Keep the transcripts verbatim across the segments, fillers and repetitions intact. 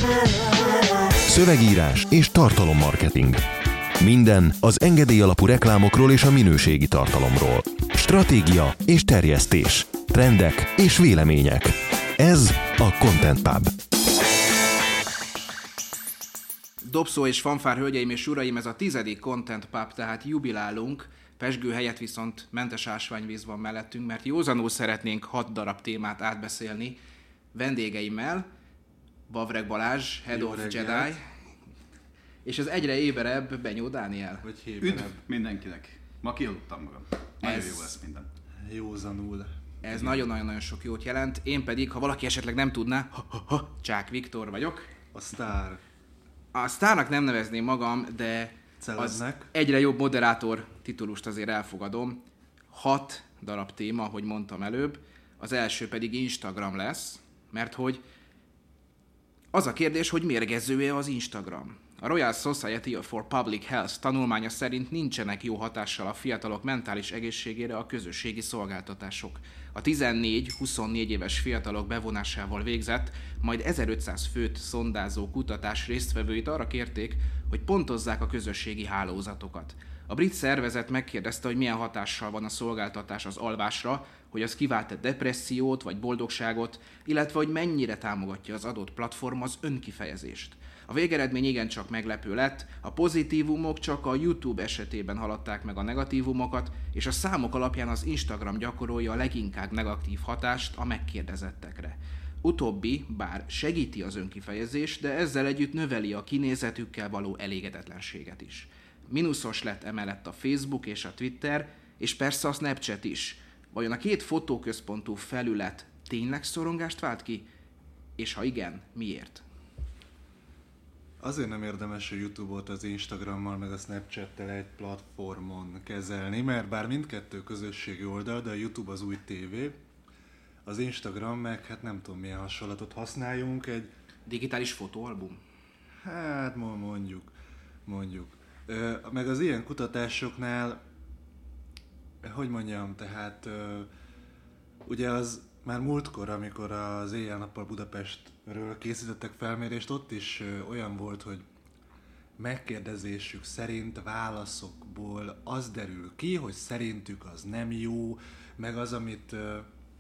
Szövegírás és tartalommarketing. Minden az engedély alapú reklámokról és a minőségi tartalomról. Stratégia és terjesztés. Trendek és vélemények. Ez a Content Pub. Dobszó és fanfár, hölgyeim és uraim, ez a tizedik Content Pub, tehát jubilálunk. Pezsgő helyett viszont mentes ásványvíz van mellettünk, mert józanul szeretnénk hat darab témát átbeszélni vendégeimmel. Bavreg Balázs, Head Jó of reggelt. Jedi, és az egyre éberebb Benyó Dániel. Vagy Üdv héberebb. mindenkinek! Ma kialudtam magam. Nagyon Ez- jó lesz minden. Józanul. Ez nagyon-nagyon-nagyon sok jót jelent. Én pedig, ha valaki esetleg nem tudná, ha, ha, ha, Csák Viktor vagyok. A sztár. A sztárnak nem nevezném magam, de az Celebnek. egyre jobb moderátor titulust azért elfogadom. Hat darab téma, ahogy mondtam előbb. Az első pedig Instagram lesz, mert hogy az a kérdés, hogy mérgező-e az Instagram. A Royal Society for Public Health tanulmánya szerint nincsenek jó hatással a fiatalok mentális egészségére a közösségi szolgáltatások. A tizennégy-huszonnégy éves fiatalok bevonásával végzett, majd ezerötszáz főt szondázó kutatás résztvevőit arra kérték, hogy pontozzák a közösségi hálózatokat. A brit szervezet megkérdezte, hogy milyen hatással van a szolgáltatás az alvásra, hogy az kivált-e depressziót vagy boldogságot, illetve hogy mennyire támogatja az adott platform az önkifejezést. A végeredmény igencsak meglepő lett, a pozitívumok csak a YouTube esetében haladták meg a negatívumokat, és a számok alapján az Instagram gyakorolja a leginkább negatív hatást a megkérdezettekre. Utóbbi, bár segíti az önkifejezést, de ezzel együtt növeli a kinézetükkel való elégedetlenséget is. Minuszos lett emellett a Facebook és a Twitter, és persze a Snapchat is. Vajon a két fotóközpontú felület tényleg szorongást vált ki? És ha igen, miért? Azért nem érdemes a YouTube-ot az Instagrammal meg a Snapchattel egy platformon kezelni, mert bár mindkettő közösségi oldal, de a YouTube az új tévé, az Instagram meg hát nem tudom milyen hasonlatot használjunk, egy Digitális fotóalbum? hát ma mondjuk, mondjuk. Ö, meg az ilyen kutatásoknál, hogy mondjam, tehát ö, ugye az már múltkor, amikor az Éjjel-nappal Budapestről készítettek felmérést, ott is ö, olyan volt, hogy megkérdezésük szerint válaszokból az derül ki, hogy szerintük az nem jó, meg az, amit ö,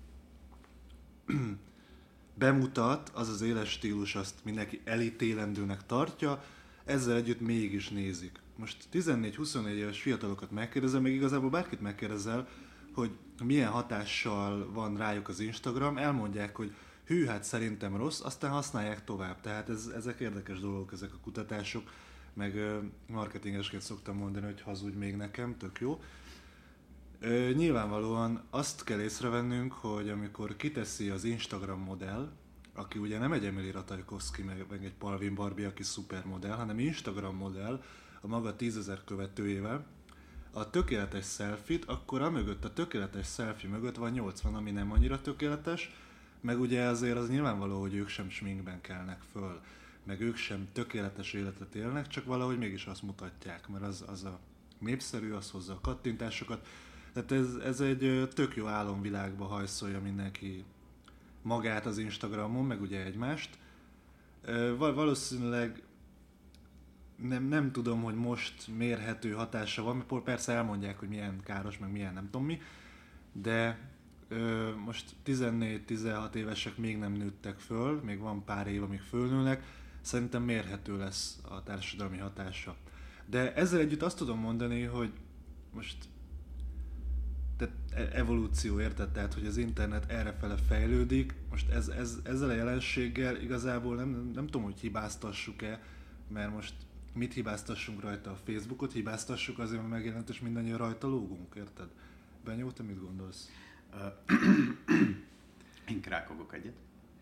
bemutat, az az éles stílus, azt mindenki elítélendőnek tartja, ezzel együtt mégis nézik. Most tizennégy-huszonnégy éves fiatalokat megkérdezel, meg igazából bárkit megkérdezel, hogy milyen hatással van rájuk az Instagram, elmondják, hogy hű, hát szerintem rossz, aztán használják tovább. Tehát ez, ezek érdekes dolgok, ezek a kutatások, meg ö, marketingesként szoktam mondani, hogy hazudj még nekem, tök jó. Ö, nyilvánvalóan azt kell észrevennünk, hogy amikor kiteszi az Instagram modell, aki ugye nem egy Emily Ratajkowski, meg, meg egy Palvin Barbie, aki szupermodell, hanem Instagram modell a maga tízezer követőjével, a tökéletes selfie-t, akkor amögött, a tökéletes selfie mögött van nyolcvan, ami nem annyira tökéletes, meg ugye azért az nyilvánvaló, hogy ők sem sminkben kelnek föl, meg ők sem tökéletes életet élnek, csak valahogy mégis azt mutatják, mert az, az a népszerű, az hozza a kattintásokat. Tehát ez, ez egy tök jó álomvilágba hajszolja mindenki magát az Instagramon, meg ugye egymást. Val- valószínűleg nem, nem tudom, hogy most mérhető hatása van, mert persze elmondják, hogy milyen káros, meg milyen nem tudom mi, de ö, most tizennégy-tizenhat évesek még nem nőttek föl, még van pár év, amíg fölnőnek, szerintem mérhető lesz a társadalmi hatása. De ezzel együtt azt tudom mondani, hogy most tehát evolúció, érted? Tehát, hogy az internet errefele fejlődik. Most ez, ez, ezzel a jelenséggel igazából nem, nem, nem tudom, hogy hibáztassuk-e, mert most mit hibáztassunk rajta? A Facebookot hibáztassuk azért, mert megjelent, és mindannyian rajta lógunk, érted? Benyó, te mit gondolsz? Én krákogok egyet.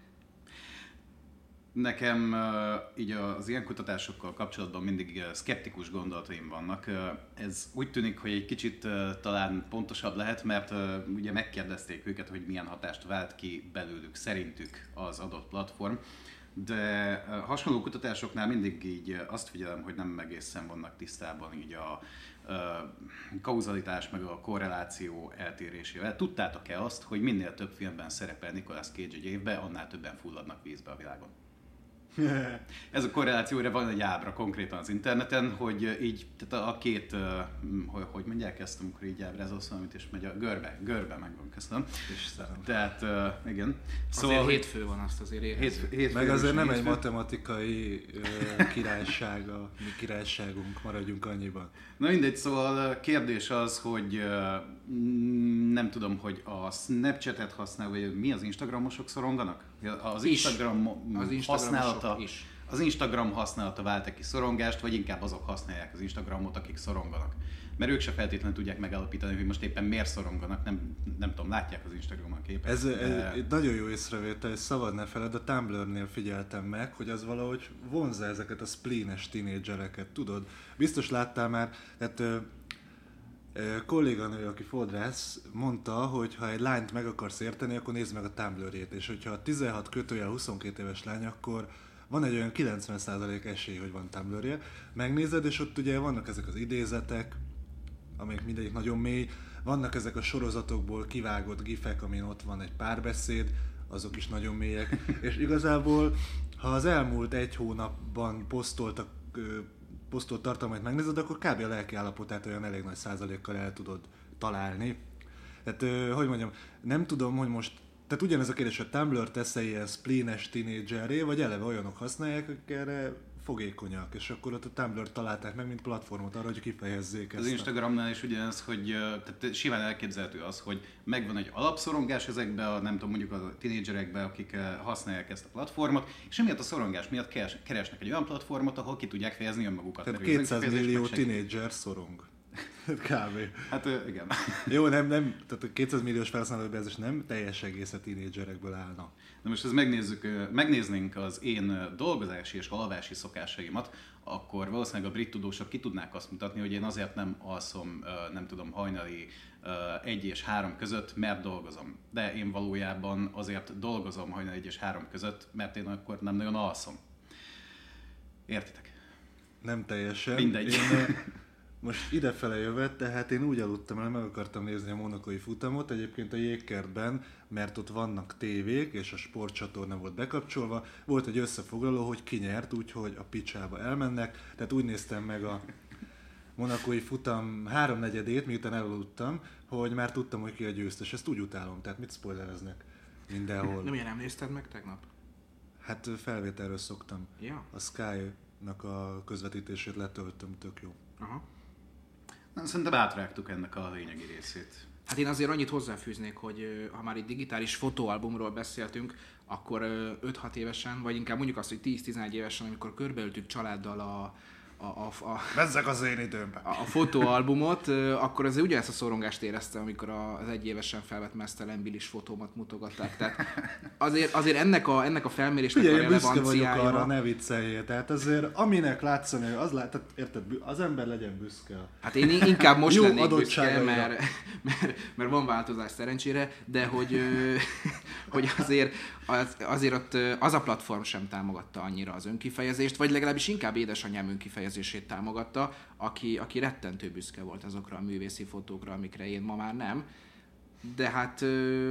Nekem így az ilyen kutatásokkal kapcsolatban mindig szkeptikus gondolataim vannak. Ez úgy tűnik, hogy egy kicsit talán pontosabb lehet, mert ugye megkérdezték őket, hogy milyen hatást vált ki belőlük szerintük az adott platform. De hasonló kutatásoknál mindig így azt figyelem, hogy nem egészen vannak tisztában így a kauzalitás meg a korreláció eltérésével. Tudtátok-e azt, hogy minél több filmben szerepel Nicolas Cage egy évben, annál többen fulladnak vízbe a világon? Ez a korrelációra van egy ábra konkrétan az interneten, hogy így, tehát a két, hogy, hogy mondják ezt, amikor így ábrázolsz valamit, és megy a görbe, görbe megvan, köszönöm. Tehát, igen. Szóval azért hétfő van, azt azért érez. Hét, hétfő meg azért nem hétfő. Egy matematikai uh, királyság a mi királyságunk, maradjunk annyiban. Na mindegy, szóval kérdés az, hogy uh, nem tudom, hogy a Snapchatet használ, vagy mi az Instagramosok szoronganak? Az Instagram az használata, is. Az Instagram használata vált ki szorongást, vagy inkább azok használják az Instagramot, akik szoronganak. Mert ők se feltétlenül tudják megállapítani, hogy most éppen miért szoronganak, nem, nem tudom, látják az Instagramon a képet. Ez, de... ez nagyon jó észrevétel, és szabad ne feled, a Tumblr-nél figyeltem meg, hogy az valahogy vonzza ezeket a spleenes tínédzsereket, tudod? Biztos láttál már, tehát kolléganő, aki fodrász, mondta, hogy ha egy lányt meg akarsz érteni, akkor nézd meg a Tumblr-ét, és hogyha a tizenhat kötőjel huszonkét éves lány, akkor van egy olyan kilencven százalék esély, hogy van Tumblr-je. Megnézed, és ott ugye vannak ezek az idézetek, amelyek mindegyik nagyon mély, vannak ezek a sorozatokból kivágott gifek, amin ott van egy párbeszéd, azok is nagyon mélyek, és igazából, ha az elmúlt egy hónapban posztoltak posztolt tartalmat megnézed, akkor kb. A lelki állapotát olyan elég nagy százalékkal el tudod találni. Tehát, hogy mondjam, nem tudom, hogy most, tehát ugyanez a kérdés, hogy Tumblr tesz-e ilyen spleenes tínédzserré, vagy eleve olyanok használják, akik erre fogékonyak, és akkor ott a Tumblr találták meg, mint platformot arra, hogy kifejezzék ezt. Az Instagramnál is ugyanez, hogy tehát simán elképzelhető az, hogy megvan egy alapszorongás ezekbe a, nem tudom, mondjuk a tínédzserekbe, akik használják ezt a platformot, és emiatt a szorongás miatt keresnek egy olyan platformot, ahol ki tudják fejezni önmagukat. Tehát kétszáz millió tínédzser szorong. Kb. Hát igen. Jó, nem, nem, tehát a kétszáz milliós felhasználóbázis nem teljes egész a tínédzserekből állna. Na most, ha megnézzük, megnéznénk az én dolgozási és alvási szokásaimat, akkor valószínűleg a brit tudósok ki tudnák azt mutatni, hogy én azért nem alszom, nem tudom, hajnali egy és három között, mert dolgozom. De én valójában azért dolgozom hajnali egy és három között, mert én akkor nem nagyon alszom. Értitek? Nem teljesen. Mindegy. Én, most idefele jövet, tehát én úgy aludtam el, meg akartam nézni a monakói futamot, egyébként a jégkertben, mert ott vannak tévék, és a sportcsatorna volt bekapcsolva, volt egy összefoglaló, hogy ki nyert, úgyhogy a picsába elmennek, tehát úgy néztem meg a monakói futam háromnegyedét, miután elaludtam, hogy már tudtam, hogy ki a győztes, ezt úgy utálom, tehát mit spoilereznek mindenhol. Nem ilyen nem nézted meg tegnap? Hát felvételről szoktam. Ja. A Sky-nak a közvetítését letöltöm, tök jó. Aha. Na, szerintem átrágtuk ennek a lényegi részét. Hát én azért annyit hozzáfűznék, hogy ha már itt digitális fotóalbumról beszéltünk, akkor öt-hat évesen, vagy inkább mondjuk azt, hogy tíz-tizenegy évesen, amikor körbeültük családdal a A, a, a, Bezzek az én időmben. A, a fotóalbumot, akkor azért ugyanezt a szorongást éreztem, amikor az egyévesen felvett mesztelen bilis fotómat mutogatták. Tehát azért, azért ennek a, ennek a felmérésnek ugye, a relevanciája... Büszke vagyok arra, ne vicceljél. Tehát azért, aminek látszani, az lát, tehát, érted, az ember legyen büszke. Hát én inkább most lennék büszke, mert, mert, mert van változás szerencsére, de hogy, hogy azért, az, azért ott az a platform sem támogatta annyira az önkifejezést, vagy legalábbis inkább édesanyám önkifejezését támogatta, aki, aki rettentő büszke volt azokra a művészi fotókra, amikre én ma már nem. De hát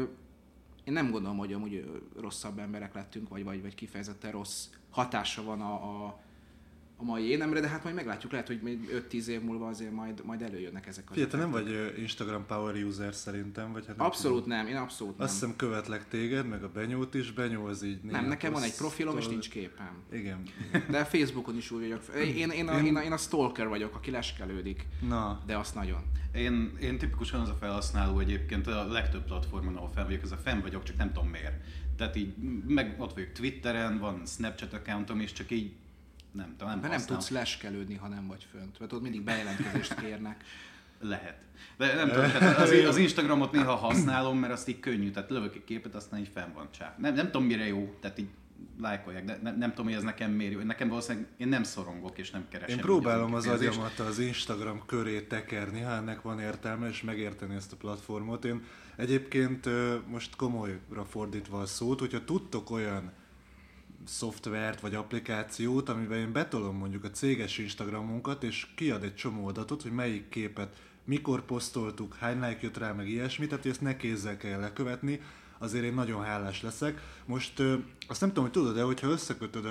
én nem gondolom, hogy amúgy rosszabb emberek lettünk, vagy, vagy, vagy kifejezetten rossz hatása van a, a, a mai énemre, de hát majd meglátjuk, lehet, hogy öt-tíz év múlva azért majd, majd előjönnek ezek a... Figyelj, te nem vagy Instagram power user szerintem, vagy hát nem abszolút tudom. nem, én abszolút nem. Azt hiszem követlek téged, meg a Benyót is, Benyó az így... Nem, nekem van egy profilom és nincs képem. Igen. igen. De Facebookon is úgy vagyok. Én, én, a, én, a, én a stalker vagyok, aki leskelődik. Na. De azt nagyon. Én, én tipikusan az a felhasználó egyébként a legtöbb platformon, ahol fenn vagyok, ez a fenn vagyok, csak nem tudom miért. Tehát így, meg ott vagyok Twitteren, van Snapchat accountom, és csak így nem tudom, nem De nem tudsz leskelődni, ha nem vagy fönt, mert ott mindig bejelentkezést kérnek. Lehet. De nem tudom, az, az Instagramot néha használom, mert azt így könnyű, tehát lövök egy képet, aztán így fenn van csá. Nem, nem tudom mire jó, tehát így lájkolják, de nem, nem tudom, hogy ez nekem miért jó. Nekem valószínűleg én nem szorongok és nem keresem. Én próbálom az agyamat az Instagram köré tekerni, ha ennek van értelme, és megérteni ezt a platformot. Én egyébként most komolyra fordítva a szót, hogyha tudtok olyan szoftvert vagy applikációt, amiben én betolom mondjuk a céges Instagramunkat, és kiad egy csomó adatot, hogy melyik képet mikor posztoltuk, hány like jött rá, meg ilyesmi, tehát hogy ezt ne kézzel kell lekövetni, azért én nagyon hálás leszek. Most azt nem tudom, hogy tudod-e, hogyha összekötöd a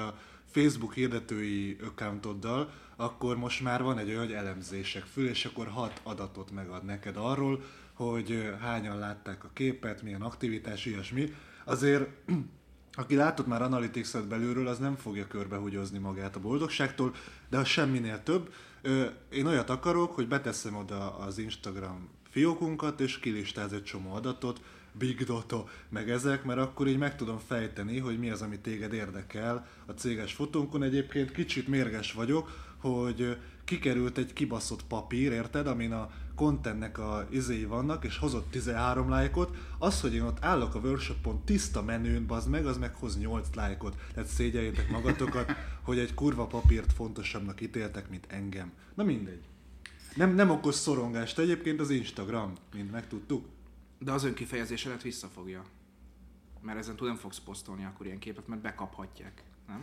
Facebook hirdetői accountoddal, akkor most már van egy olyan, hogy elemzések fül, és akkor hat adatot megad neked arról, hogy hányan látták a képet, milyen aktivitás, ilyesmi. Azért, aki látott már Analytics-et belülről, az nem fogja körbehugyozni magát a boldogságtól, de az semminél több. Én olyat akarok, hogy beteszem oda az Instagram fiókunkat, és kilistáz egy csomó adatot, big data, meg ezek, mert akkor így meg tudom fejteni, hogy mi az, ami téged érdekel a céges fotónkon. Egyébként kicsit mérges vagyok, hogy kikerült egy kibaszott papír, érted, amin a contentnek a izéi vannak, és hozott tizenhárom lájkot, az, hogy én ott állok a workshopon tiszta menőn, bazd meg, az meg hoz nyolc lájkot. Tehát szégyeljétek magatokat, hogy egy kurva papírt fontosabbnak ítéltek, mint engem. Na mindegy. Nem, nem okoz szorongást egyébként az Instagram, mint megtudtuk. De az önkifejezésedet visszafogja. Mert ezen túl nem fogsz posztolni akkor ilyen képet, mert bekaphatják, nem?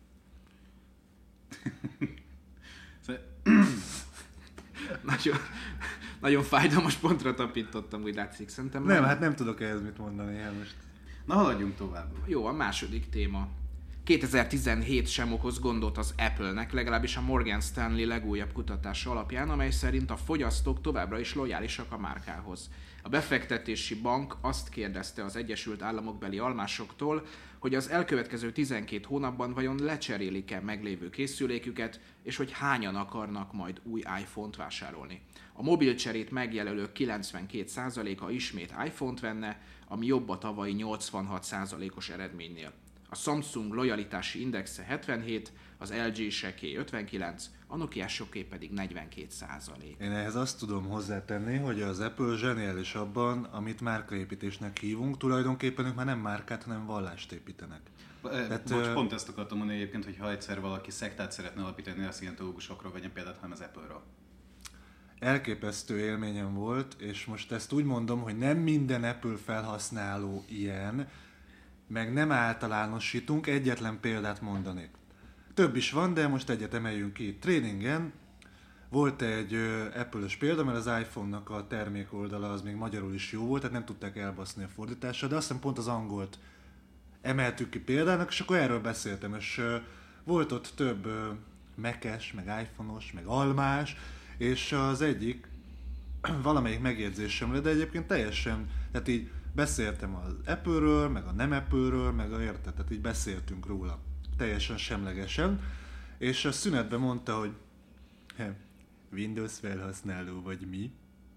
nagyon, nagyon fájdalmas pontra tapintottam, úgy látszik, szerintem. Nem, hát nem tudok ehhez mit mondani, hát most. Na, haladjunk tovább. Jó, a második téma. kétezer-tizenhét sem okoz gondot az Apple-nek, legalábbis a Morgan Stanley legújabb kutatása alapján, amely szerint a fogyasztók továbbra is lojálisak a márkához. A befektetési bank azt kérdezte az Egyesült Államokbeli almásoktól, hogy az elkövetkező tizenkét hónapban vajon lecserélik-e meglévő készüléküket, és hogy hányan akarnak majd új iPhone-t vásárolni. A mobilcserét megjelölők kilencvenkét százaléka ismét iPhone-t venne, ami jobb a tavalyi nyolcvanhat százalékos eredménynél. A Samsung lojalitási indexe hetvenhét, az el gé-seké ötvenkilenc, a Nokia-soké pedig negyvenkét százalék. Én ehhez azt tudom hozzátenni, hogy az Apple zseniális abban, amit márkaépítésnek hívunk, tulajdonképpen ők már nem márkát, hanem vallást építenek. Tehát, Bocs, pont ezt akartam mondani egyébként, hogy ha egyszer valaki szektát szeretne alapítani, a szientológusokról vegyen példát, hanem az Apple-ről. Elképesztő élményem volt, és most ezt úgy mondom, hogy nem minden Apple felhasználó ilyen, meg nem általánosítunk, egyetlen példát mondanék. Több is van, de most egyet emeljünk ki. Tréningen volt egy Apple-ös példa, mert az iPhone-nak a termék oldala az még magyarul is jó volt, tehát nem tudták elbaszni a fordításra, de azt hiszem pont az angolt emeltük ki példának, és akkor erről beszéltem, és volt ott több Mac-es, meg iPhone-os, meg almás, és az egyik valamelyik megjegyzésemre, de egyébként teljesen, tehát így beszéltem az Apple-ről, meg a nem Apple-ről, meg a érted, tehát így beszéltünk róla. Teljesen semlegesen, és a szünetben mondta, hogy he, Windows felhasználó vagy mi?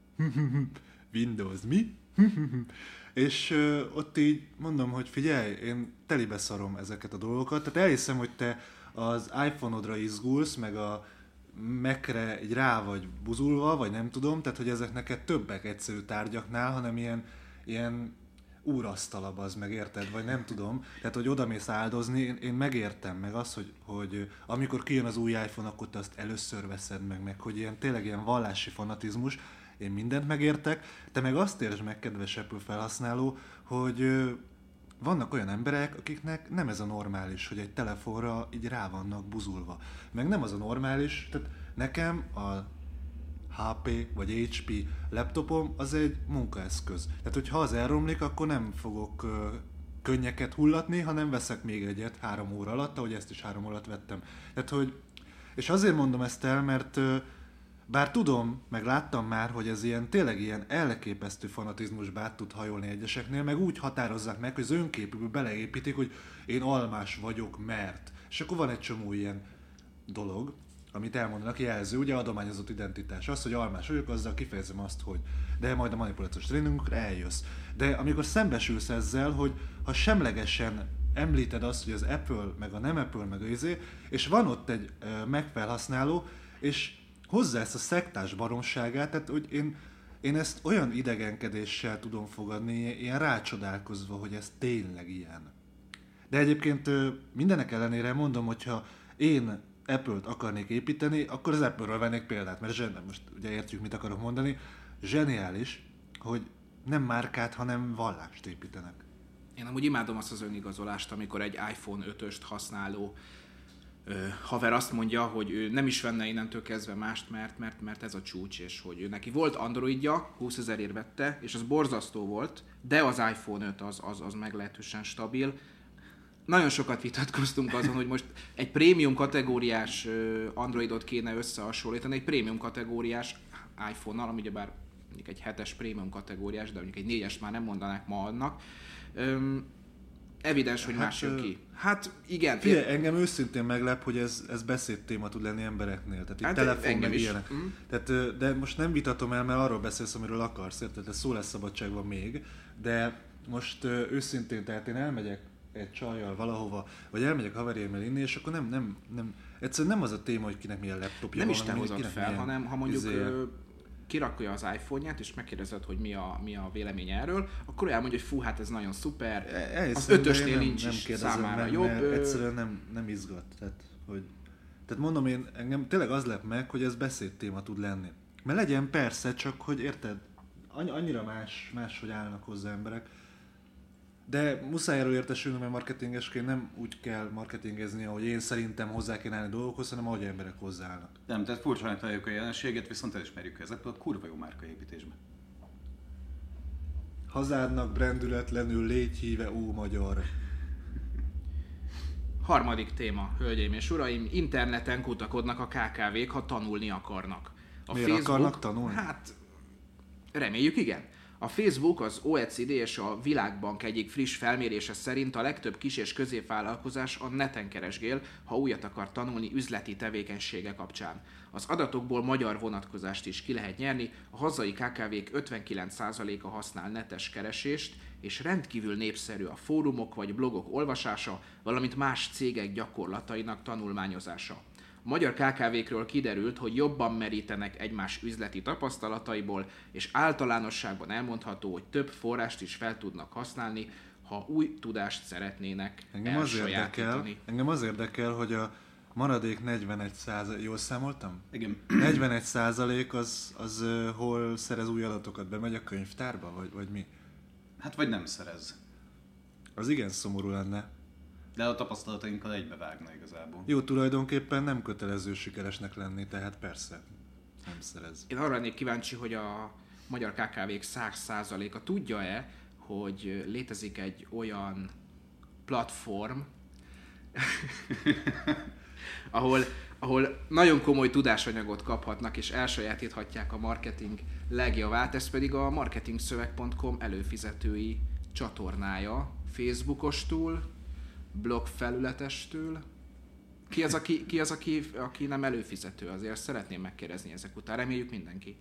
Windows mi? És uh, ott így mondom, hogy figyelj, én telibe szarom ezeket a dolgokat, tehát elhiszem, hogy te az iPhone-odra izgulsz, meg a Mac-re egy rá vagy buzulva, vagy nem tudom, tehát hogy ezek neked többek egyszerű tárgyaknál, hanem ilyen, ilyen úrasztalab az, meg érted, vagy nem tudom, tehát hogy odamész áldozni, én, én megértem, meg az, hogy, hogy amikor kijön az új iPhone, akkor te azt először veszed meg, meg hogy ilyen tényleg ilyen vallási fanatizmus, én mindent megértek, te meg azt értsd meg, kedves Apple felhasználó, hogy vannak olyan emberek, akiknek nem ez a normális, hogy egy telefonra így rá vannak buzulva. Meg nem az a normális, tehát nekem a há pé vagy há pé laptopom az egy munkaeszköz. Tehát, hogyha az elromlik, akkor nem fogok uh, könnyeket hullatni, hanem veszek még egyet három óra alatt, ahogy ezt is három óra alatt vettem. Tehát, hogy, és azért mondom ezt el, mert uh, bár tudom, meg láttam már, hogy ez ilyen tényleg ilyen elképesztő fanatizmusba át tud hajolni egyeseknél, meg úgy határozzák meg, hogy az önképükbe beleépítik, hogy én almás vagyok, mert. És akkor van egy csomó ilyen dolog, amit elmondanak, jelző, ugye adományozott identitás. Az, hogy almás vagyok, azzal kifejezem azt, hogy de majd a manipulációs tréningünkre eljössz. De amikor szembesülsz ezzel, hogy ha semlegesen említed azt, hogy az Apple, meg a nem Apple, meg a izé, és van ott egy uh, megfelhasználó, és hozzá ezt a szektás baromságát, tehát hogy én, én ezt olyan idegenkedéssel tudom fogadni, ilyen rácsodálkozva, hogy ez tényleg ilyen. De egyébként mindenek ellenére mondom, hogyha én Apple-t akarnék építeni, akkor az Apple-ről vennék példát, mert zsen, most ugye értjük, mit akarok mondani, zseniális, hogy nem márkát, hanem vallást építenek. Én amúgy imádom azt az önigazolást, amikor egy iPhone ötöst használó ö, haver azt mondja, hogy ő nem is venne innentől kezdve mást, mert, mert, mert ez a csúcs, és hogy ő neki volt Androidja, húszezerért vette, és az borzasztó volt, de az iPhone öt az, az, az meglehetősen stabil. nagyon sokat vitatkoztunk azon, hogy most egy prémium kategóriás Androidot kéne összehasonlítani, egy prémium kategóriás iPhone-nal, ami ugyebár mondjuk egy hetes prémium kategóriás, de mondjuk egy négyes már nem mondanák ma annak. Öm, evidens, hogy hát, más jön ki. Hát igen. Figyelj, én... engem őszintén meglep, hogy ez, ez beszédtéma tud lenni embereknél. Tehát hát itt telefon meg is. ilyenek. Mm. Tehát, de most nem vitatom el, mert arról beszélsz, amiről akarsz, érted? Tehát szólásszabadság van még, de most őszintén, tehát én elmegyek egy csajjal valahova, vagy elmegyek haverjaimmal inni, és akkor nem, nem, nem, egyszerűen nem az a téma, hogy kinek milyen laptopja nem van. Nem is te hozod fel, milyen, hanem ha mondjuk izé... kirakja az iPhone-ját, és megkérdezed, hogy mi a, mi a véleménye erről, akkor elmondja, hogy fú, hát ez nagyon szuper, Elhiszem, az ötösnél nem, nincs nem is meg, számára jobb. Egyszerűen nem, nem izgat. Tehát, hogy, tehát mondom én, engem tényleg az lep meg, hogy ez beszédtéma tud lenni. Mert legyen persze, csak hogy érted, annyira más, más, hogy állnak hozzá emberek. De muszáj erről értesülni, mert marketingesként nem úgy kell marketingezni, ahogy én szerintem hozzá kell állni dolgokhoz, hanem ahogy emberek hozzáállnak. Nem, tehát furcsának találjuk a jelenséget, viszont elismerjük ezekből a kurva jó márkaépítésben. Hazádnak brandületlenül légy híve, ó magyar. Harmadik téma, hölgyeim és uraim, interneten kutakodnak a ká ká vék, ha tanulni akarnak. A Miért Facebook, akarnak tanulni? Hát, reméljük igen. A Facebook, az o e cé dé és a Világbank egyik friss felmérése szerint a legtöbb kis- és középvállalkozás a neten keresgél, ha újat akar tanulni üzleti tevékenysége kapcsán. Az adatokból magyar vonatkozást is ki lehet nyerni, a hazai ká ká vék ötvenkilenc százaléka használ netes keresést, és rendkívül népszerű a fórumok vagy blogok olvasása, valamint más cégek gyakorlatainak tanulmányozása. A magyar ká ká vékről kiderült, hogy jobban merítenek egymás üzleti tapasztalataiból, és általánosságban elmondható, hogy több forrást is fel tudnak használni, ha új tudást szeretnének engem az elsajátítani. Érdekel, engem az érdekel, hogy a maradék negyvenegy százalék, jól számoltam? Igen. negyvenegy százalék az, az uh, hol szerez új adatokat? Bemegy a könyvtárba, vagy, vagy mi? Hát vagy nem szerez. Az igen szomorú lenne. De a tapasztalatainkkal egybevágna igazából. Jó, tulajdonképpen nem kötelező sikeresnek lenni, tehát persze nem szerez. Én arra lennék kíváncsi, hogy a magyar ká ká vék száz százaléka tudja-e, hogy létezik egy olyan platform, ahol, ahol nagyon komoly tudásanyagot kaphatnak és elsajátíthatják a marketing legjavát, ez pedig a marketingszöveg pont com előfizetői csatornája, Facebookostól, blog felületestől. Ki az, aki, ki az aki, aki nem előfizető? Azért szeretném megkérdezni ezek után. Reméljük mindenki.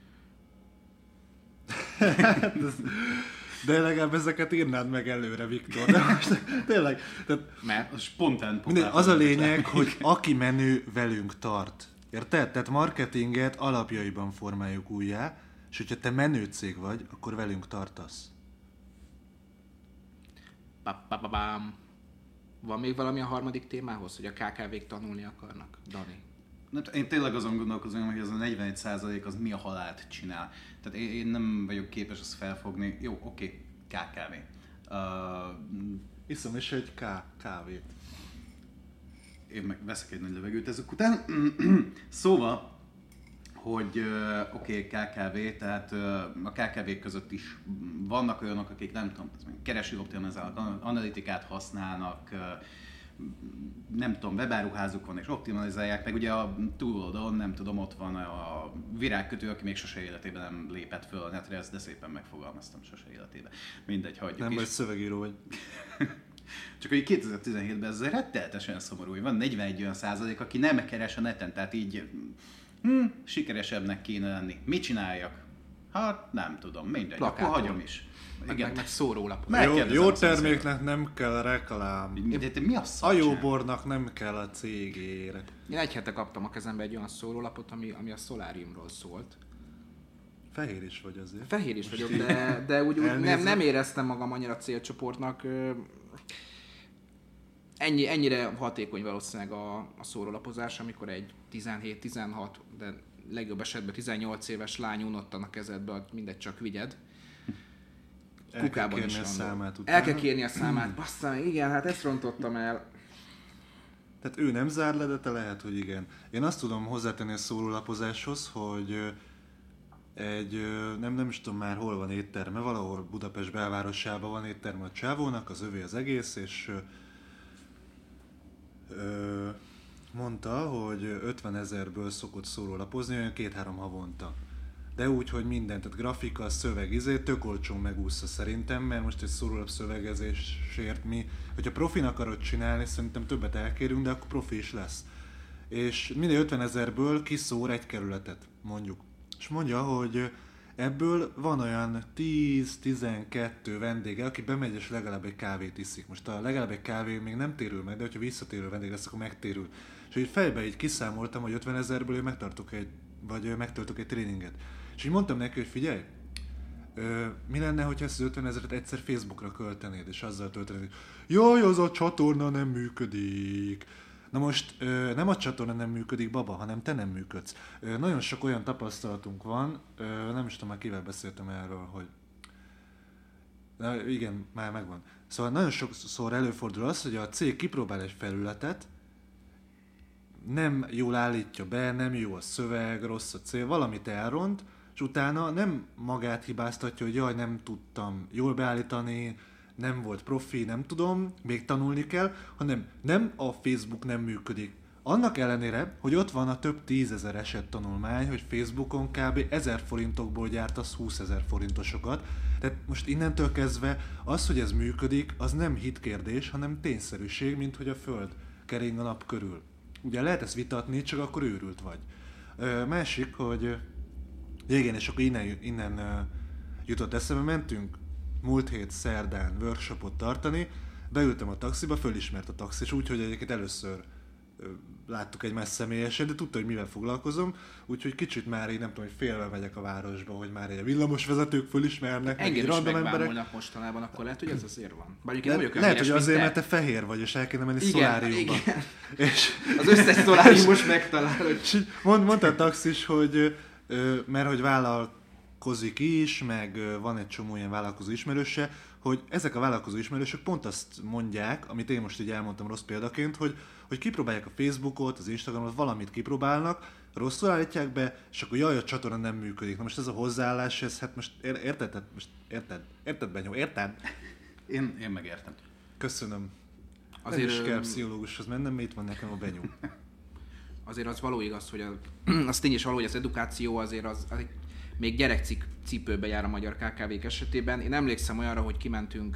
De legalább ezeket írnád meg előre, Viktor. De most tényleg. Tehát, mert a spontán minden, az a lényeg, hogy aki menő, velünk tart. Érted? Tehát marketinget alapjaiban formáljuk újjá, és hogyha te menő cég vagy, akkor velünk tartasz. Pa-pa-pa-bám. Van még valami a harmadik témához, hogy a ká ká vék tanulni akarnak? Dani? Én tényleg azon gondolkozom, hogy az a negyvenegy százalék az mi a halált csinál. Tehát én, én nem vagyok képes ezt felfogni. Jó, oké, okay, ká ká vé. Uh, Iszom is egy ká kávét. Én meg veszek egy nagy levegőt ezek után. Szóval, hogy uh, oké, okay, ká ká vé, tehát uh, a ká ká vék között is vannak olyanok, akik nem tudom, kereső optimalizálnak, analitikát használnak, uh, nem tudom, webáruházuk van és optimalizálják, meg ugye a túloldalon, nem tudom, ott van a virágkötő, aki még sose életében nem lépett föl a netre, ezt de szépen megfogalmaztam, sose életében. Mindegy, hagyjuk nem is. vagy szövegíró vagy. Csak hogy kétezer-tizenhétben ez rettenetesen szomorú, hogy van negyvenegy olyan százalék, aki nem keres a neten, tehát így hm, sikeresebbnek kéne lenni. Mit csináljak? Hát nem tudom, mindegy, Plakáton. akkor hagyom is. Meg, Igen. meg, meg szórólapot. Meg- Jó, Megkérdezem jó a szomszédot. terméknek nem kell reklám. De te mi a A szar jó csinál? bornak nem kell a cégére. Én egy hete kaptam a kezembe egy olyan szórólapot, ami, ami a Solariumról szólt. Fehér is vagy azért. Fehér is vagyok, de, de úgy, úgy nem, Elnézve. nem éreztem magam annyira célcsoportnak. Ö, Ennyi, ennyire hatékony valószínűleg a, a szórólapozás, amikor egy tizenhét tizenhat, de legjobb esetben tizennyolc éves lány unottan a kezedbe, mindegy, csak vigyed. El kell Kukában kérni is a van. számát utána. El kell kérni a számát. Basszám, igen, hát ezt rontottam el. Tehát ő nem zár le, de te lehet, hogy igen. Én azt tudom hozzátenni a szórólapozáshoz, hogy ö, egy, ö, nem, nem is tudom már hol van étterme, valahol Budapest belvárosában van étterme a csávónak, az övé az egész, és ö, Ö, mondta, hogy ötvenezerből szokott szórólapozni, olyan két-három havonta. De úgy, hogy minden, tehát grafika, szöveg, izé, tök olcsón megúszza szerintem, mert most egy szórólap szövegezésért mi, hogyha profin akarod csinálni, szerintem többet elkérünk, de akkor profi is lesz. És minden ötvenezerből kiszór egy kerületet, mondjuk. És mondja, hogy ebből van olyan tíz-tizenkettő vendége, aki bemegy és legalább egy kávét iszik. Most a legalább egy kávé még nem térül meg, de hogyha visszatérő vendég lesz, akkor megtérül. És így fejbe így kiszámoltam, hogy ötvenezerből én megtartok egy, vagy megtöltök egy tréninget. És így mondtam neki, hogy figyelj, ö, mi lenne, hogyha ezt az ötvenezeret egyszer Facebookra költenéd, és azzal töltenéd, jaj, az a csatorna nem működik. Na most ö, nem a csatorna nem működik, baba, hanem te nem működsz. Ö, nagyon sok olyan tapasztalatunk van, ö, nem is tudom, már kivel beszéltem erről, hogy... Na, igen, már megvan. Szóval nagyon sokszor előfordul az, hogy a cég kipróbál egy felületet, nem jól állítja be, nem jó a szöveg, rossz a cél, valamit elront, és utána nem magát hibáztatja, hogy jaj, nem tudtam jól beállítani, nem volt profi, nem tudom, még tanulni kell, hanem nem a Facebook nem működik. Annak ellenére, hogy ott van a több tízezer eset tanulmány, hogy Facebookon kb. ezer forintokból gyártasz húszezer forintosokat. Tehát most innentől kezdve az, hogy ez működik, az nem hitkérdés, hanem tényszerűség, mint hogy a Föld kering a nap körül. Ugye lehet ezt vitatni, csak akkor őrült vagy. Ö, másik, hogy igen, és akkor innen, innen uh, jutott eszembe, mentünk múlt hét szerdán workshopot tartani, beültem a taxiba, fölismert a taxis, úgyhogy egyébként először uh, láttuk egymást személyesen, de tudta, hogy mivel foglalkozom, úgyhogy kicsit már így nem tudom, hogy félve megyek a városba, hogy már egy villamosvezetők fölismernek, engem is random emberek. Mostanában, akkor lehet, hogy ez azért van. Bár Le- lehet, lehet hogy azért, mert te fehér vagy, és el kéne menni igen, szoláriumba. Igen. És az összes szoláriumos megtalálod. Mond, mondta a taxis, hogy mert hogy vállalkozik is, meg van egy csomó ilyen vállalkozó ismerőse, hogy ezek a vállalkozó ismerősök pont azt mondják, amit én most így elmondtam rossz példaként, hogy, hogy kipróbálják a Facebookot, az Instagramot, valamit kipróbálnak, rosszul állítják be, és akkor jaj, a csatorna nem működik. Na most ez a hozzáállás, ez hát most érted? Hát most érted? Érted, Benyó? Érted? Én, én megértem. Köszönöm. Azért nem is kell pszichológushoz mennem, mert itt van nekem a Benyó. Azért az való igaz, hogy az, az tény is való, hogy az edukáció azért az, az még gyerekcipőbe jár a magyar ká ká vék esetében. Én emlékszem olyanra, hogy kimentünk,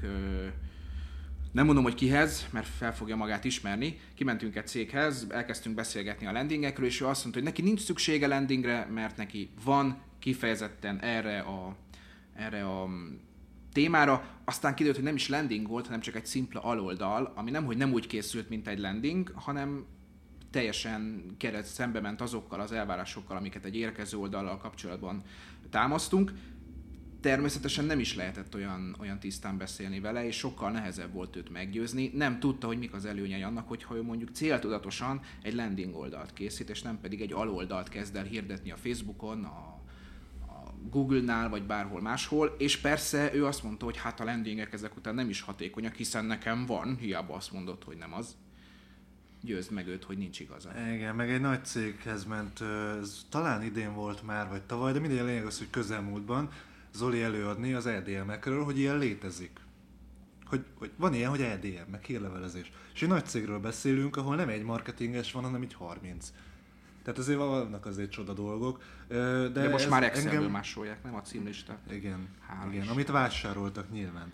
nem mondom, hogy kihez, mert fel fogja magát ismerni, kimentünk egy céghez, elkezdtünk beszélgetni a landingekről, és ő azt mondta, hogy neki nincs szüksége landingre, mert neki van kifejezetten erre a, erre a témára, aztán kiderült, hogy nem is landing volt, hanem csak egy szimpla aloldal, ami nemhogy nem úgy készült, mint egy landing, hanem teljesen keret szembe ment azokkal az elvárásokkal, amiket egy érkező oldallal kapcsolatban támasztunk. Természetesen nem is lehetett olyan, olyan tisztán beszélni vele, és sokkal nehezebb volt őt meggyőzni. Nem tudta, hogy mik az előnyei annak, hogyha ő mondjuk céltudatosan egy landing oldalt készít, és nem pedig egy aloldalt kezd el hirdetni a Facebookon, a, a Google-nál, vagy bárhol máshol. És persze ő azt mondta, hogy hát a landingek ezek után nem is hatékonyak, hiszen nekem van, hiába azt mondott, hogy nem az. Győzd meg őt, hogy nincs igaza. Igen, meg egy nagy céghez ment, ez talán idén volt már, vagy tavaly, de mindegy, a lényeg az, hogy közelmúltban Zoli előadni az é dé em-ekről, hogy ilyen létezik. Hogy, hogy van ilyen, hogy é dé em, meg hírlevelezés. És egy nagy cégről beszélünk, ahol nem egy marketinges van, hanem így harminc. Tehát azért vannak azért csoda dolgok. De, de most már Excelből engem... másolják, nem a címlistát. Igen, igen, amit vásároltak nyilván.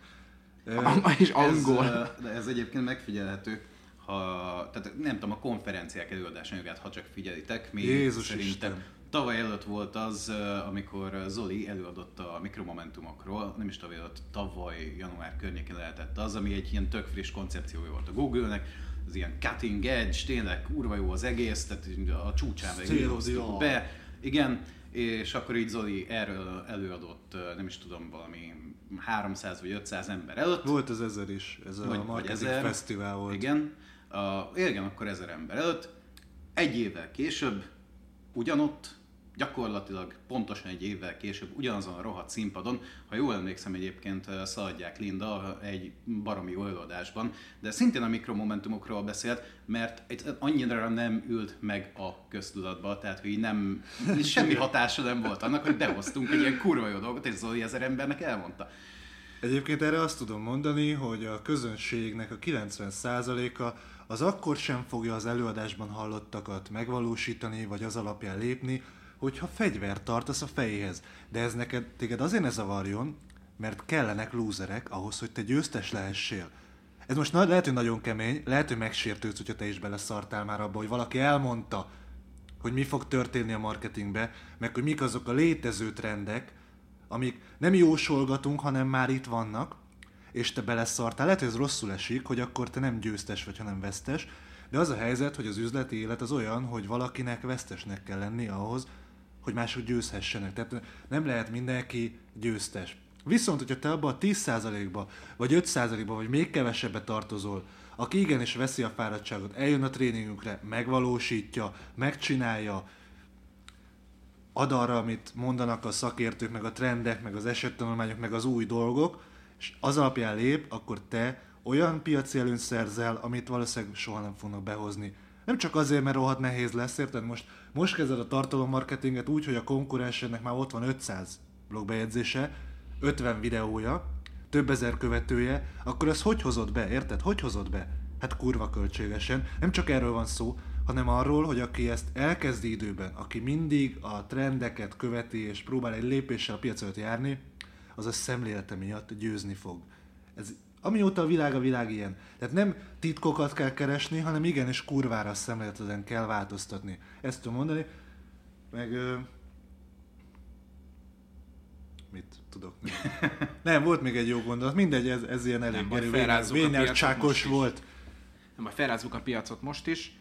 És angol. Ez, de ez egyébként megfigyelhető. Ha, tehát nem tudom, a konferenciák előadásanyagát, ha csak figyelitek, mi Jézus szerintem Isten. Tavaly előtt volt az, amikor Zoli előadott a mikromomentumokról, nem is tavaly előtt, tavaly január környékén lehetett az, ami egy ilyen tök friss koncepciója volt a Google-nek, az ilyen cutting edge, tényleg kurva jó az egész, tehát a csúcsán hoztuk be, igen, és akkor így Zoli erről előadott, nem is tudom, valami háromszáz vagy ötszáz ember előtt. Volt az ezer is, ez a vagy, marketing vagy fesztivál volt. Igen, a, igen, akkor ezer ember előtt. Egy évvel később, ugyanott, gyakorlatilag pontosan egy évvel később, ugyanazon a rohadt színpadon, ha jól emlékszem egyébként Szaladják Linda egy baromi előadásban, de szintén a mikromomentumokról beszélt, mert annyira nem ült meg a köztudatba, tehát hogy nem, semmi hatása nem volt annak, hogy behoztunk egy ilyen kurva jó dolgot, és Zoli ezer embernek elmondta. Egyébként erre azt tudom mondani, hogy a közönségnek a kilencven százaléka az akkor sem fogja az előadásban hallottakat megvalósítani, vagy az alapján lépni, hogyha fegyvert tartasz a fejéhez. De ez neked, téged azért ne zavarjon, mert kellenek lúzerek ahhoz, hogy te győztes lehessél. Ez most na- lehet, hogy nagyon kemény, lehet, hogy megsértődsz, hogyha te is beleszartál már abba, hogy valaki elmondta, hogy mi fog történni a marketingbe, meg hogy mik azok a létező trendek, amik nem jósolgatunk, hanem már itt vannak, és te beleszartál. Lehet, hogy ez rosszul esik, hogy akkor te nem győztes vagy, hanem vesztes, de az a helyzet, hogy az üzleti élet az olyan, hogy valakinek vesztesnek kell lenni ahhoz, hogy mások győzhessenek. Tehát nem lehet mindenki győztes. Viszont, hogyha te abban a tíz százalékba, vagy öt százalékba, vagy még kevesebbe tartozol, aki igenis veszi a fáradtságot, eljön a tréningünkre, megvalósítja, megcsinálja, ad arra, amit mondanak a szakértők, meg a trendek, meg az esettanulmányok, meg az új dolgok, és az alapján lép, akkor te olyan piaci előnyt szerzel, amit valószínűleg soha nem fognak behozni. Nem csak azért, mert rohadt nehéz lesz, érted? Most, most kezded a tartalommarketinget úgy, hogy a konkurensednek már ott van ötszáz blogbejegyzése, ötven videója, több ezer követője, akkor ezt hogy hozod be, érted? Hogy hozod be? Hát kurva költségesen. Nem csak erről van szó, hanem arról, hogy aki ezt elkezdi időben, aki mindig a trendeket követi és próbál egy lépéssel a piac előtt járni, az a szemlélete miatt győzni fog. Ez, amióta a világ a világ ilyen. Tehát nem titkokat kell keresni, hanem igenis kurvára a szemléleteden kell változtatni. Ezt tudom mondani, meg... Ö... Mit tudok? Nem. nem, volt még egy jó gondolat. Mindegy, ez, ez ilyen elég vényelcsákos volt. Nem, majd felrázzuk a piacot most is.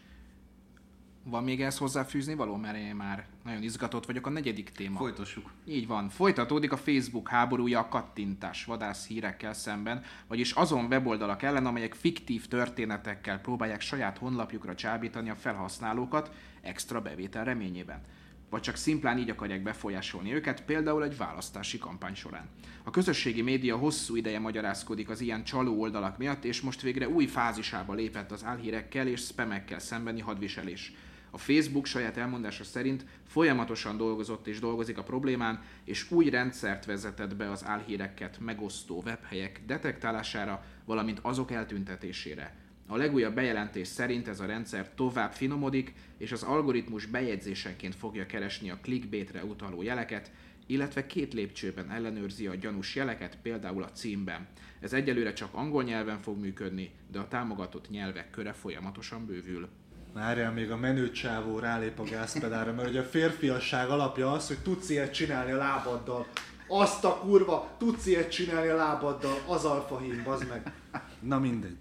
Van még ehhez hozzáfűzni való, mert én már nagyon izgatott vagyok. A negyedik téma. Folytassuk. Így van. Folytatódik a Facebook háborúja a kattintás vadász hírekkel szemben, vagyis azon weboldalak ellen, amelyek fiktív történetekkel próbálják saját honlapjukra csábítani a felhasználókat extra bevétel reményében. Vagy csak szimplán így akarják befolyásolni őket, például egy választási kampány során. A közösségi média hosszú ideje magyarázkodik az ilyen csaló oldalak miatt, és most végre új fázisába lépett az álhírekkel és spamekkel szembeni hadviselés. A Facebook saját elmondása szerint folyamatosan dolgozott és dolgozik a problémán, és új rendszert vezetett be az álhíreket megosztó webhelyek detektálására, valamint azok eltüntetésére. A legújabb bejelentés szerint ez a rendszer tovább finomodik, és az algoritmus bejegyzésenként fogja keresni a clickbaitre utaló jeleket, illetve két lépcsőben ellenőrzi a gyanús jeleket, például a címben. Ez egyelőre csak angol nyelven fog működni, de a támogatott nyelvek köre folyamatosan bővül. Várjál, még a menő csávó rálép a gázpedára, mert ugye a férfiasság alapja az, hogy tudsz ilyet csinálni a lábaddal. Azt a kurva, tudsz ilyet csinálni a lábaddal, az alfahím, bazd meg. Na mindegy.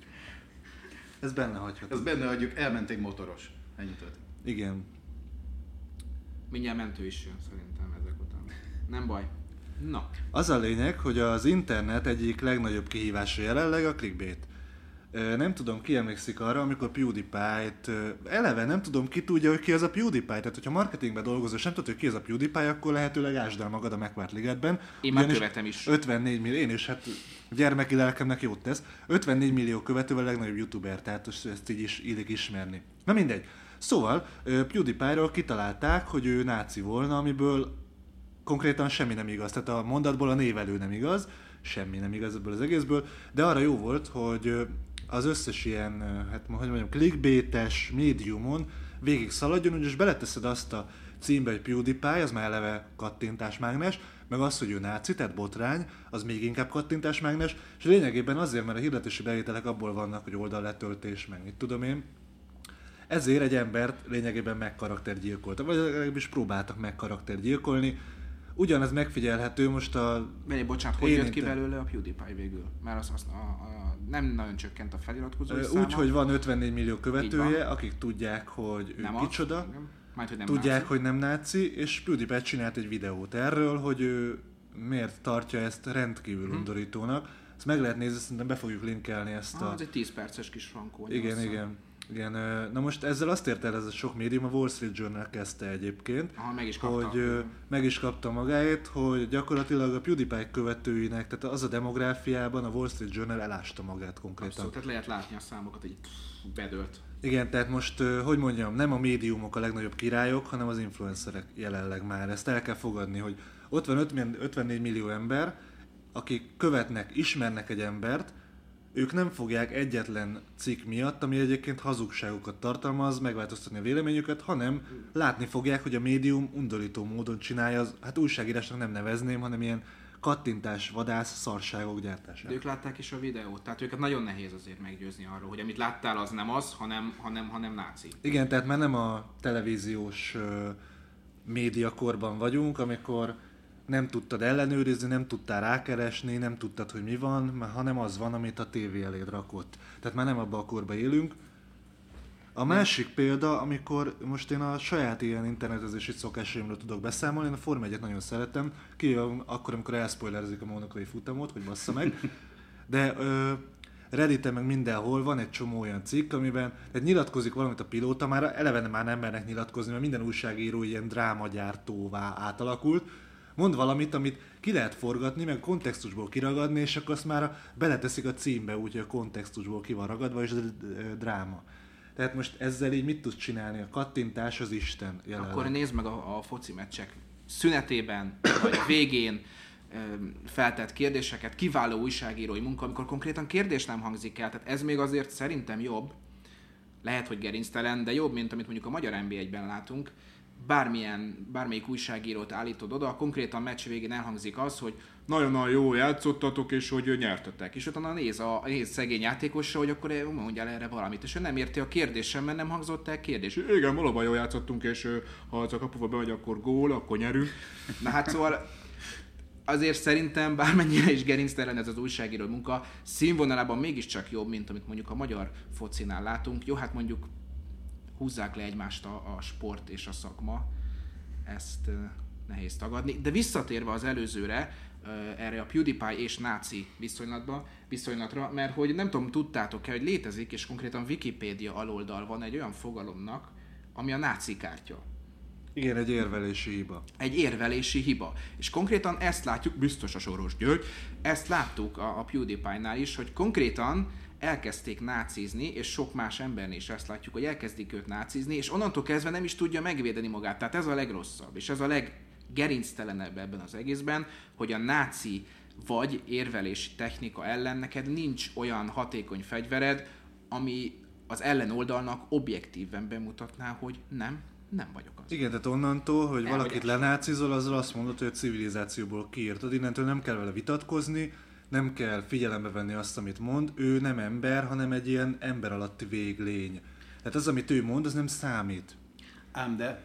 Ez benne hagyható. Ez benne hagyjuk, elment egy motoros. Ennyi történt. Igen. Mindjárt mentő is jön szerintem ezek után. Nem baj. Na. Az a lényeg, hogy az internet egyik legnagyobb kihívása jelenleg a clickbait. Nem tudom, ki emlékszik arra, amikor PewDiePie-t, eleve nem tudom, ki tudja, hogy ki az a PewDiePie. Tehát, hogyha marketingben dolgozol, és nem tudod, hogy ki az a PewDiePie, akkor lehetőleg ásd el magad a megvárt ligetben. Én már követem is. ötvennégy millió, én is, hát gyermeki lelkemnek jót tesz. ötvennégy millió követővel a legnagyobb youtuber, tehát ezt így is illik ismerni. Na mindegy. Szóval PewDiePie-ról kitalálták, hogy ő náci volna, amiből konkrétan semmi nem igaz. Tehát a mondatból a névelő nem igaz, semmi nem igaz ebből az egészből, de arra jó volt, hogy az összes ilyen, hát hogy mondjam, clickbaites médiumon végig szaladjon, és beleteszed azt a címbe, hogy PewDiePie, az már eleve kattintásmágnes, meg az, hogy ő náci, tehát botrány, az még inkább kattintásmágnes, és lényegében azért, mert a hirdetési bevételek abból vannak, hogy oldalletöltés, meg mit tudom én, ezért egy embert lényegében megkaraktergyilkoltak, vagy legalábbis próbáltak megkaraktergyilkolni. Ugyanez megfigyelhető most a... Benni, bocsánat, hogy jött ki belőle a PewDiePie végül? Mert az, az a, a, nem nagyon csökkent a feliratkozói száma. Úgy, hogy van ötvennégy millió követője, akik tudják, hogy ő nem kicsoda, az, Majd, hogy nem tudják, náci. hogy nem náci, és PewDiePie csinált egy videót erről, hogy ő miért tartja ezt rendkívül hmm. undorítónak. Ezt meg lehet nézni, szerintem be fogjuk linkelni ezt ah, a... Ez egy tíz perces kis frankó. Igen, hossza. igen. Igen, na most ezzel azt ért el ez a sok médium, a Wall Street Journal kezdte egyébként, Aha, meg is kapta. hogy meg is kapta magáét, hogy gyakorlatilag a PewDiePie követőinek, tehát az a demográfiában a Wall Street Journal elásta magát konkrétan. Abszolút, tehát lehet látni a számokat, hogy bedőlt. Igen, tehát most, hogy mondjam, nem a médiumok a legnagyobb királyok, hanem az influencerek jelenleg már. Ezt el kell fogadni, hogy ott van ötvennégy millió ember, akik követnek, ismernek egy embert, ők nem fogják egyetlen cikk miatt, ami egyébként hazugságokat tartalmaz, megváltoztatni a véleményüket, hanem látni fogják, hogy a médium undorító módon csinálja, az, hát újságírásnak nem nevezném, hanem ilyen kattintás, vadász, szarságok gyártását. De ők látták is a videót, tehát őket nagyon nehéz azért meggyőzni arról, hogy amit láttál, az nem az, hanem, hanem, hanem náci. Igen, tehát már nem a televíziós uh, médiakorban vagyunk, amikor nem tudtad ellenőrizni, nem tudtál rákeresni, nem tudtad, hogy mi van, hanem az van, amit a tévé eléd rakott. Tehát már nem abban a korban élünk. A másik példa, amikor most én a saját ilyen internetezési szokásaimról tudok beszámolni, én a Forma egyet nagyon szeretem, kivéve akkor, amikor elspoilerezik a monakai futamot, hogy bassza meg. De ö, Redditen meg mindenhol van egy csomó olyan cikk, amiben egy nyilatkozik valamit a pilóta, már eleve már nem mernek nyilatkozni, mert minden újságíró ilyen drámagyártóvá átalakult. Mond valamit, amit ki lehet forgatni, meg kontextusból kiragadni, és akkor azt már beleteszik a címbe, úgyhogy a kontextusból ki van ragadva, és dráma. Tehát most ezzel így mit tudsz csinálni? A kattintás az Isten jelenleg. Akkor nézd meg a, a foci meccsek szünetében, vagy végén feltett kérdéseket, kiváló újságírói munka, amikor konkrétan kérdés nem hangzik el. Tehát ez még azért szerintem jobb, lehet, hogy gerinctelen, de jobb, mint amit mondjuk a magyar en bé egyben látunk. Bármilyen, bármelyik újságírót állítod oda, konkrétan meccs végén elhangzik az, hogy nagyon-nagyon jó játszottatok, és hogy nyertetek. És utána néz a néz szegény játékosra, hogy akkor mondjál erre valamit. És ő nem érti a kérdésem, mert nem hangzott el kérdés. Igen, valóban jól játszottunk, és ha az a kapuba bemegy, akkor gól, akkor nyerünk. Na hát szóval azért szerintem bármennyire is gerinctelen ez az újságíró munka, színvonalában mégiscsak jobb, mint amit mondjuk a magyar focinál látunk. Jó, hát mondjuk húzzák le egymást a, a sport és a szakma, ezt uh, nehéz tagadni. De visszatérve az előzőre, uh, erre a PewDiePie és náci viszonylatba, viszonylatra, mert hogy nem tudom, tudtátok-e, hogy létezik, és konkrétan Wikipédia aloldal van egy olyan fogalomnak, ami a náci kártya. Igen, egy érvelési hiba. Egy érvelési hiba. És konkrétan ezt látjuk, biztos a Soros György, ezt láttuk a, a PewDiePie-nál is, hogy konkrétan elkezdték nácizni, és sok más embernél is ezt látjuk, hogy elkezdik őt nácizni, és onnantól kezdve nem is tudja megvédeni magát. Tehát ez a legrosszabb, és ez a leggerinctelenebb ebben az egészben, hogy a náci vagy érvelési technika ellen neked nincs olyan hatékony fegyvered, ami az ellenoldalnak objektíven bemutatná, hogy nem, nem vagyok az. Igen, tehát onnantól, hogy El valakit vagyok. lenácizol, azzal azt mondod, hogy a civilizációból kiírtad. Innentől nem kell vele vitatkozni, nem kell figyelembe venni azt, amit mond. Ő nem ember, hanem egy ilyen ember alatti véglény. Tehát az, amit ő mond, az nem számít. Ám de...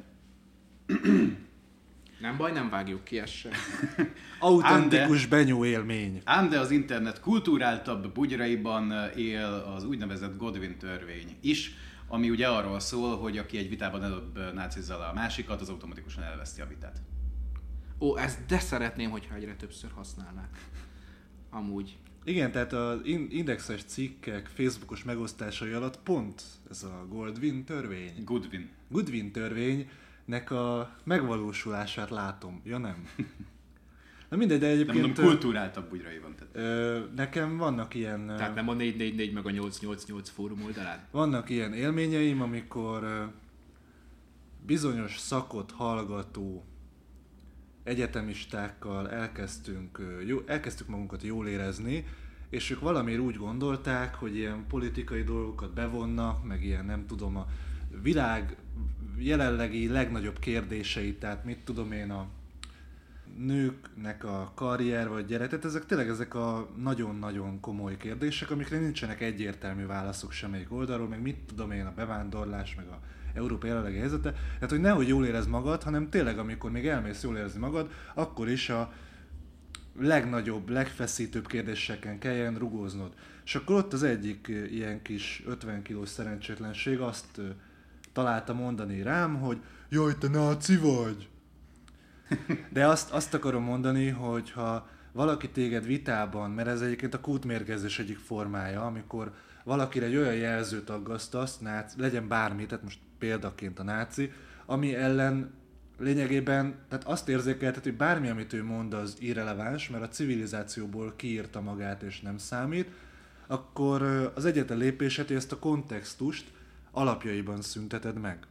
Nem baj, nem vágjuk ki ezt sem. Autentikus benyó élmény. Ám de az internet kulturáltabb bugyraiban él az úgynevezett Godwin törvény is, ami ugye arról szól, hogy aki egy vitában előbb nácizzal a másikat, az automatikusan elveszti a vitát. Ó, ezt de szeretném, hogyha egyre többször használnák. Amúgy. Igen, tehát az indexes cikkek Facebookos megosztásai alatt pont ez a Godwin törvény. Goodwin. Goodwin törvénynek a megvalósulását látom. Ja nem. Na mindegy, de De egyébként... mondom, kulturáltabb bugyraiban. Tehát. Ö, nekem vannak ilyen... Tehát nem a négy négy négy meg a nyolc nyolc nyolc fórum oldalán. Vannak ilyen élményeim, amikor ö, bizonyos szakot hallgató egyetemistákkal elkezdtünk, ö, jó, elkezdtük magunkat jól érezni, és ők valamiért úgy gondolták, hogy ilyen politikai dolgokat bevonnak, meg ilyen nem tudom, a világ jelenlegi legnagyobb kérdéseit, tehát mit tudom én, a nőknek a karrier vagy gyerek, tehát ezek tényleg ezek a nagyon-nagyon komoly kérdések, amikre nincsenek egyértelmű válaszok semmelyik oldalról, meg mit tudom én, a bevándorlás, meg a Európa jelenlegi helyzete. Tehát, hogy nehogy jól érezd magad, hanem tényleg, amikor még elmész jól érezni magad, akkor is a legnagyobb, legfeszítőbb kérdéseken kelljen rugóznod. És akkor ott az egyik ilyen kis ötven kilós szerencsétlenség azt találta mondani rám, hogy jaj, te náci vagy! De azt, azt akarom mondani, hogy ha valaki téged vitában, mert ez egyébként a kútmérgezés egyik formája, amikor valakire egy olyan jelzőt aggasztasz, náci, legyen bármi, tehát most példaként a náci, ami ellen lényegében, tehát azt érzékeltet, hogy bármi, amit ő mond, az irreleváns, mert a civilizációból kiírta magát és nem számít, akkor az egyetlen lépésed, hogy ezt a kontextust alapjaiban szünteted meg.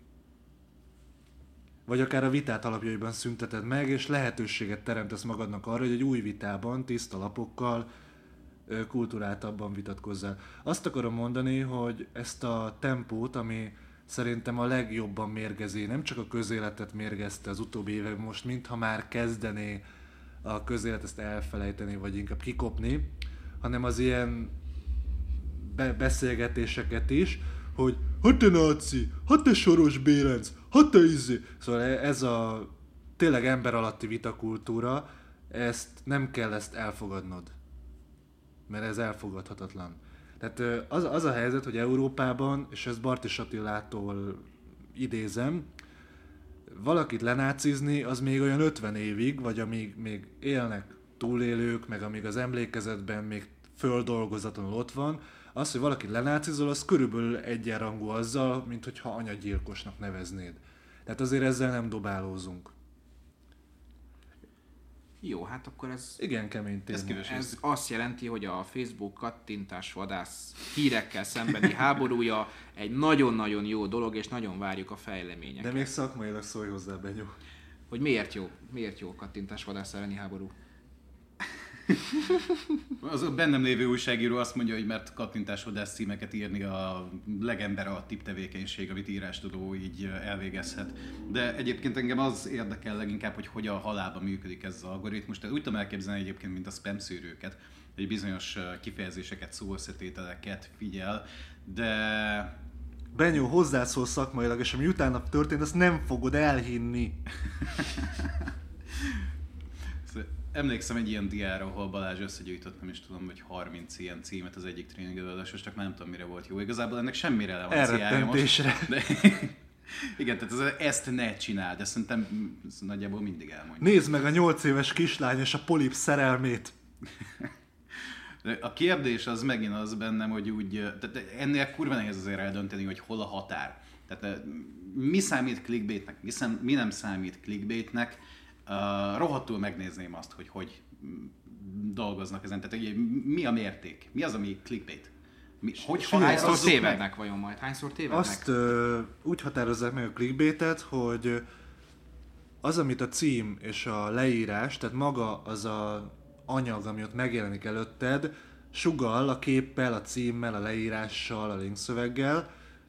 Vagy akár a vitát alapjaiban szünteted meg, és lehetőséget teremtesz magadnak arra, hogy egy új vitában, tiszta lapokkal kulturáltabban vitatkozzál. Azt akarom mondani, hogy ezt a tempót, ami szerintem a legjobban mérgezi, nem csak a közéletet mérgezte az utóbbi években, most mintha már kezdené a közélet ezt elfelejteni, vagy inkább kikopni, hanem az ilyen be- beszélgetéseket is, hogy ha te náci, ha te Soros Bérenc, ha te izé. Szóval ez a tényleg ember alatti vitakultúra, ezt nem kell ezt elfogadnod. Mert ez elfogadhatatlan. Tehát az, az a helyzet, hogy Európában, és ezt Bartis Attilától idézem, valakit lenácizni, az még olyan ötven évig, vagy amíg még élnek túlélők, meg amíg az emlékezetben még földolgozatlanul ott van, az, hogy valakit lenácizol, az körülbelül egyenrangú azzal, mint hogyha anyagyilkosnak neveznéd. Tehát azért ezzel nem dobálózunk. Jó, hát akkor ez... Igen, kemény téma. Ez, ez azt jelenti, hogy a Facebook kattintásvadász hírekkel szembeni háborúja egy nagyon-nagyon jó dolog, és nagyon várjuk a fejleményeket. De még szakmailag szólj hozzá, Benyó. Hogy miért jó? Miért jó a kattintásvadász elleni háború? Az bennem lévő újságíró azt mondja, hogy mert kattintásvadász címeket írni a legember alattibb tevékenység, amit írástudó így elvégezhet. De egyébként engem az érdekel leginkább, hogy hogyan halálban működik ez az algoritmus. Tehát úgy tudom elképzelni egyébként, mint a spam szűrőket, hogy bizonyos kifejezéseket, szóösszetételeket figyel, de... Benyó, hozzászól szakmailag, és ami utána történt, azt nem fogod elhinni. Emlékszem egy ilyen diára, ahol Balázs összegyűjtött, nem is tudom, hogy harminc ilyen címet az egyik tréningelőadásos, csak már nem tudom, mire volt jó. Igazából ennek semmi relevanciája most. De... Igen, tehát ez, ezt ne csináld, de szerintem ez nagyjából mindig elmondja. Nézd meg a nyolc éves kislány és a polip szerelmét. De a kérdés az megint az bennem, hogy úgy, tehát ennél kurva nehéz azért eldönteni, hogy hol a határ. Tehát mi számít clickbaitnek, mi, szám, mi nem számít clickbaitnek. Uh, rohadtul megnézném azt, hogy hogy dolgoznak ezen. Tehát mi a mérték? Mi az, ami clickbait? Mi, hogy hányszor tévednek vajon majd? Hányszor tévednek? Azt uh, úgy határozzák meg a clickbaitet, hogy az, amit a cím és a leírás, tehát maga az a anyag, ami ott megjelenik előtted, sugall a képpel, a címmel, a leírással, a linkszöveggel.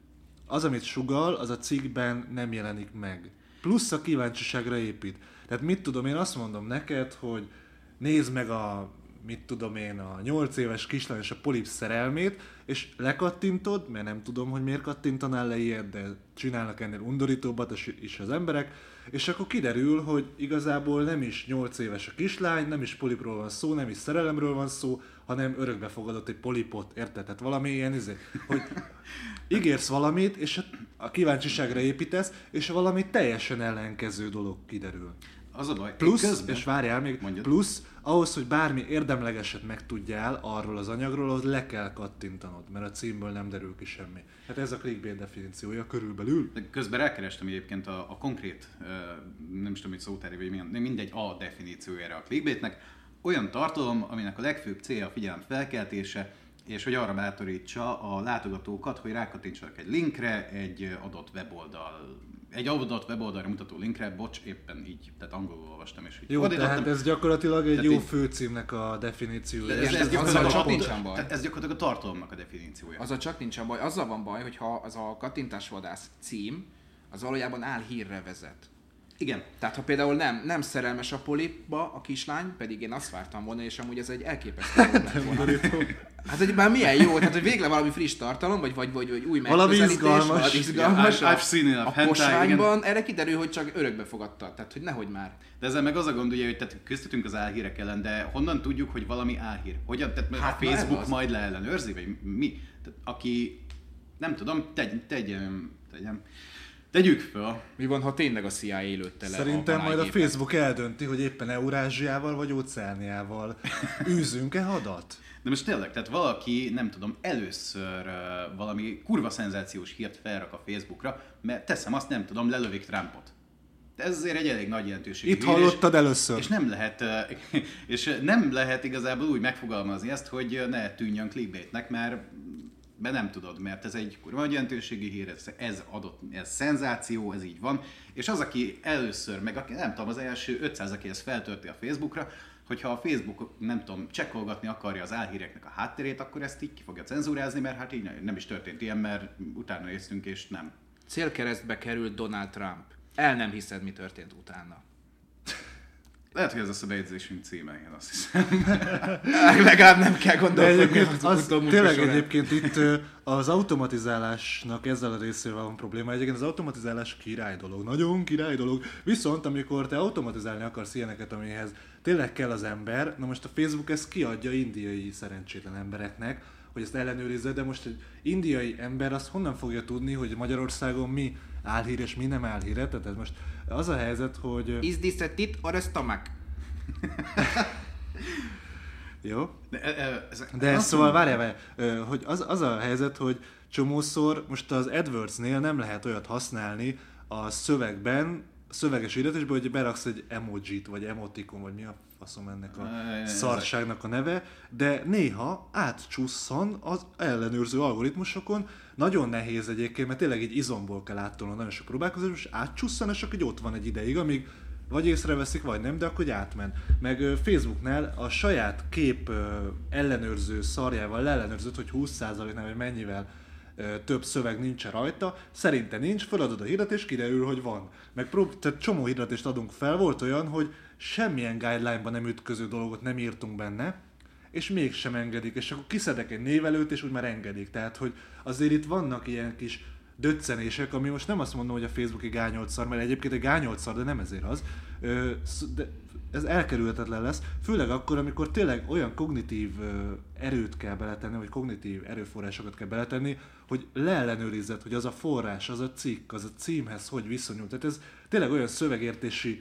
Az, amit sugall, az a cikkben nem jelenik meg. Plusz a kíváncsiságra épít. Tehát mit tudom, én azt mondom neked, hogy nézd meg a, mit tudom én, a nyolc éves kislány és a polip szerelmét, és lekattintod, mert nem tudom, hogy miért kattintanál le ilyet, de csinálnak ennél undorítóbbat is az emberek, és akkor kiderül, hogy igazából nem is nyolc éves a kislány, nem is polipról van szó, nem is szerelemről van szó, hanem örökbefogadott egy polipot, érted? Tehát valami ilyen izé, hogy ígérsz valamit, és a kíváncsiságra építesz, és valami teljesen ellenkező dolog kiderül. Az a baj. Plusz, közben... és várjál még, Mondjad. plusz, ahhoz, hogy bármi érdemlegeset megtudjál arról az anyagról, ahhoz le kell kattintanod, mert a címből nem derül ki semmi. Hát ez a clickbait definíciója körülbelül. De közben elkerestem egyébként a, a konkrét, nem is tudom, hogy szótári, vagy milyen, mindegy a definíciójára a clickbaitnek. Olyan tartalom, aminek a legfőbb célja a figyelem felkeltése, és hogy arra bátorítsa a látogatókat, hogy rákattintsanak egy linkre, egy adott weboldal, egy adott weboldalra mutató linkre, bocs, éppen így, tehát angolul olvastam, és így jó, tehát ez gyakorlatilag egy tehát jó így... főcímnek a definíciója. Ez, ez, ez, gyakorlatilag csak nincsen baj. Ez gyakorlatilag a tartalomnak a definíciója. Az a csak nincsen baj. Azzal van baj, hogyha az a kattintásvadász cím, az valójában álhírre vezet. Igen. Tehát ha például nem, nem szerelmes a polipba a kislány, pedig én azt vártam volna, és amúgy ez egy elképesztő lett volna. Hát, hogy már milyen jó, tehát hogy végre valami friss tartalom, vagy, vagy, vagy, vagy új megközelítés, valami izgalmas. izgalmas. Yeah, a, a posványban, erre kiderül, hogy csak örökbe fogadta, tehát hogy nehogy már. De ezzel meg az a gond, ugye, hogy tehát küzdhetünk az álhírek ellen, de honnan tudjuk, hogy valami álhír? Hogyan? Tehát hát a Facebook majd leellenőrzi, vagy mi? Tehát, aki, nem tudom, tegy, tegyem, tegyem. Tegyük föl. Mi van, ha tényleg a C I A lőtte le? Szerintem majd a Facebook eldönti, hogy éppen Eurázsiával vagy Óceániával űzünk-e hadat. De most tényleg, tehát valaki, nem tudom, először uh, valami kurva szenzációs hírt felrak a Facebookra, mert teszem azt, nem tudom, lelövik Trumpot. De ez azért egy elég nagy jelentőségű. Itt hallottad és, először. És nem lehet, uh, és nem lehet igazából úgy megfogalmazni ezt, hogy ne tűnjön clickbaitnek, mert be nem tudod, mert ez egy kurva jelentőségi hír, ez, ez adott, ez szenzáció, ez így van, és az, aki először, meg aki, nem tudom, az első ötszáz, aki ezt feltörti a Facebookra, hogyha a Facebook, nem tudom, csekkolgatni akarja az álhíreknek a háttérét, akkor ezt így ki fogja cenzúrázni, mert hát így nem is történt ilyen, mert utána néztünk és nem. Célkeresztbe került Donald Trump. El nem hiszed, mi történt utána. Lehet, hogy ez lesz a bejegyzésünk címe, én azt hiszem. Legalább nem kell gondolkodni az, az tényleg egyébként itt az automatizálásnak ezzel a részével van probléma. Egyébként az automatizálás király dolog, nagyon király dolog. Viszont amikor te automatizálni akarsz ilyeneket, amihez tényleg kell az ember, na most a Facebook ezt kiadja indiai szerencsétlen embereknek, hogy ezt ellenőrizze, de most egy indiai ember azt honnan fogja tudni, hogy Magyarországon mi álhír és mi nem álhír. Tehát most az a helyzet, hogy... Is this a tit or a stomach? Jó. De, ez, de ez szóval várjál, várjál, hogy az, az a helyzet, hogy csomószor most az AdWords-nél nem lehet olyat használni a szövegben, szöveges hirdetésben, hogy beraksz egy emojit, vagy emotikon, vagy mi a faszom ennek a szarságnak a neve, de néha átcsusszan az ellenőrző algoritmusokon. Nagyon nehéz egyébként, mert tényleg egy izomból kell áttolni nagyon sok próbálkozás, és átcsusszan, és akkor így ott van egy ideig, amíg vagy észreveszik, vagy nem, de akkor átmen. Meg Facebooknál a saját kép ellenőrző szarjával leellenőrzött, hogy húsz százaléknál vagy mennyivel több szöveg nincs rajta, szerinte nincs, feladod a hirdetés, kiderül, hogy van. Meg prób- tehát csomó hirdetést adunk fel, volt olyan, hogy semmilyen guideline-ban nem ütköző dolgot nem írtunk benne, és mégsem engedik, és akkor kiszedek egy névelőt, és úgy már engedik. Tehát, hogy azért itt vannak ilyen kis döccenések, ami most nem azt mondom, hogy a Facebooki gányolc szar, mert egyébként egy gányolc szar, de nem ezért az. De ez elkerülhetetlen lesz, főleg akkor, amikor tényleg olyan kognitív erőt kell beletenni, vagy kognitív erőforrásokat kell beletenni, hogy leellenőrizzed, hogy az a forrás, az a cikk, az a címhez hogy viszonyul. Tehát ez tényleg olyan szövegértési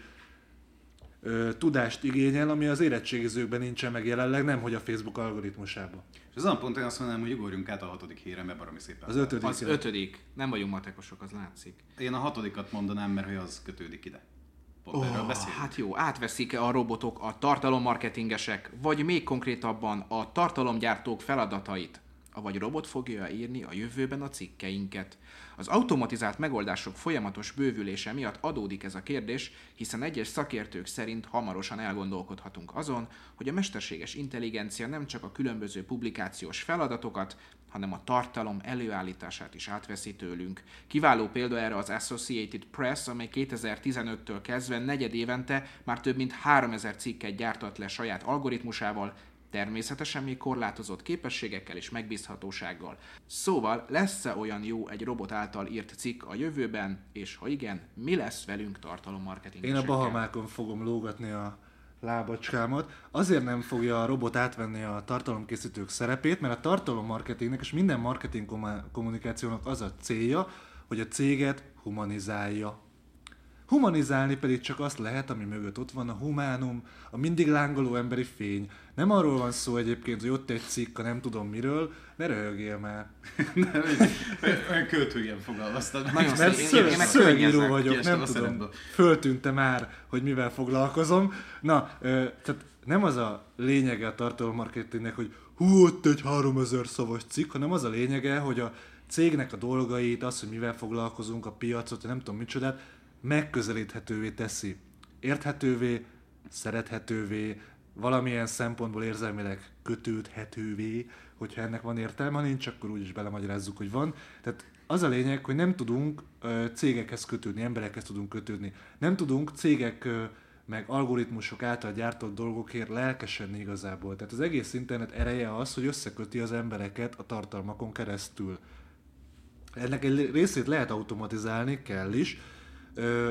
ö, tudást igényel, ami az érettségizőkben nincsen meg jelenleg, nem hogy a Facebook algoritmusában. És azon pont én azt mondanám, hogy ugorjunk át a hatodik hírre, mert baromi szépen. Az ötödik. Az ötödik. Nem vagyunk matekosok, az látszik. Én a hatodikat mondanám, mert hogy az kötődik ide. Pont oh, erről beszélünk. Hát jó, átveszik a robotok a tartalommarketingesek, vagy még konkrétabban a tartalomgyártók feladatait, avagy robot fogja írni a jövőben a cikkeinket. Az automatizált megoldások folyamatos bővülése miatt adódik ez a kérdés, hiszen egyes szakértők szerint hamarosan elgondolkodhatunk azon, hogy a mesterséges intelligencia nem csak a különböző publikációs feladatokat, hanem a tartalom előállítását is átveszi tőlünk. Kiváló példa erre az Associated Press, amely kétezer-tizenöttől kezdve negyedévente már több mint háromezer cikket gyártott le saját algoritmusával, természetesen még korlátozott képességekkel és megbízhatósággal. Szóval lesz-e olyan jó egy robot által írt cikk a jövőben, és ha igen, mi lesz velünk tartalommarketingesekkel? Én a Bahamákon fogom lógatni a lábacskámat. Azért nem fogja a robot átvenni a tartalomkészítők szerepét, mert a tartalommarketingnek és minden marketing kommunikációnak az a célja, hogy a céget humanizálja. Humanizálni pedig csak azt lehet, ami mögött ott van a humánum, a mindig lángoló emberi fény. Nem arról van szó egyébként, hogy ott egy cikk, a nem tudom miről, ne röhögjél már. Nem, olyan költőjen fogalmaztad. Nagyon Mert szép. Én, én szövegíró vagyok, nem tudom. Szerepből. Föltűnte már, hogy mivel foglalkozom. Na, ö, tehát nem az a lényege a tartalommarketingnek, hogy hú, ott egy háromezer szavas cikk, hanem az a lényege, hogy a cégnek a dolgait, az, hogy mivel foglalkozunk, a piacot, nem tudom micsodát, megközelíthetővé teszi. Érthetővé, szerethetővé, valamilyen szempontból érzelmileg kötődhetővé, hogyha ennek van értelme, ha nincs, akkor úgyis belemagyarázzuk, hogy van. Tehát az a lényeg, hogy nem tudunk ö, cégekhez kötődni, emberekhez tudunk kötődni. Nem tudunk cégek ö, meg algoritmusok által gyártott dolgokért lelkesedni igazából. Tehát az egész internet ereje az, hogy összeköti az embereket a tartalmakon keresztül. Ennek egy részét lehet automatizálni, kell is. Ö,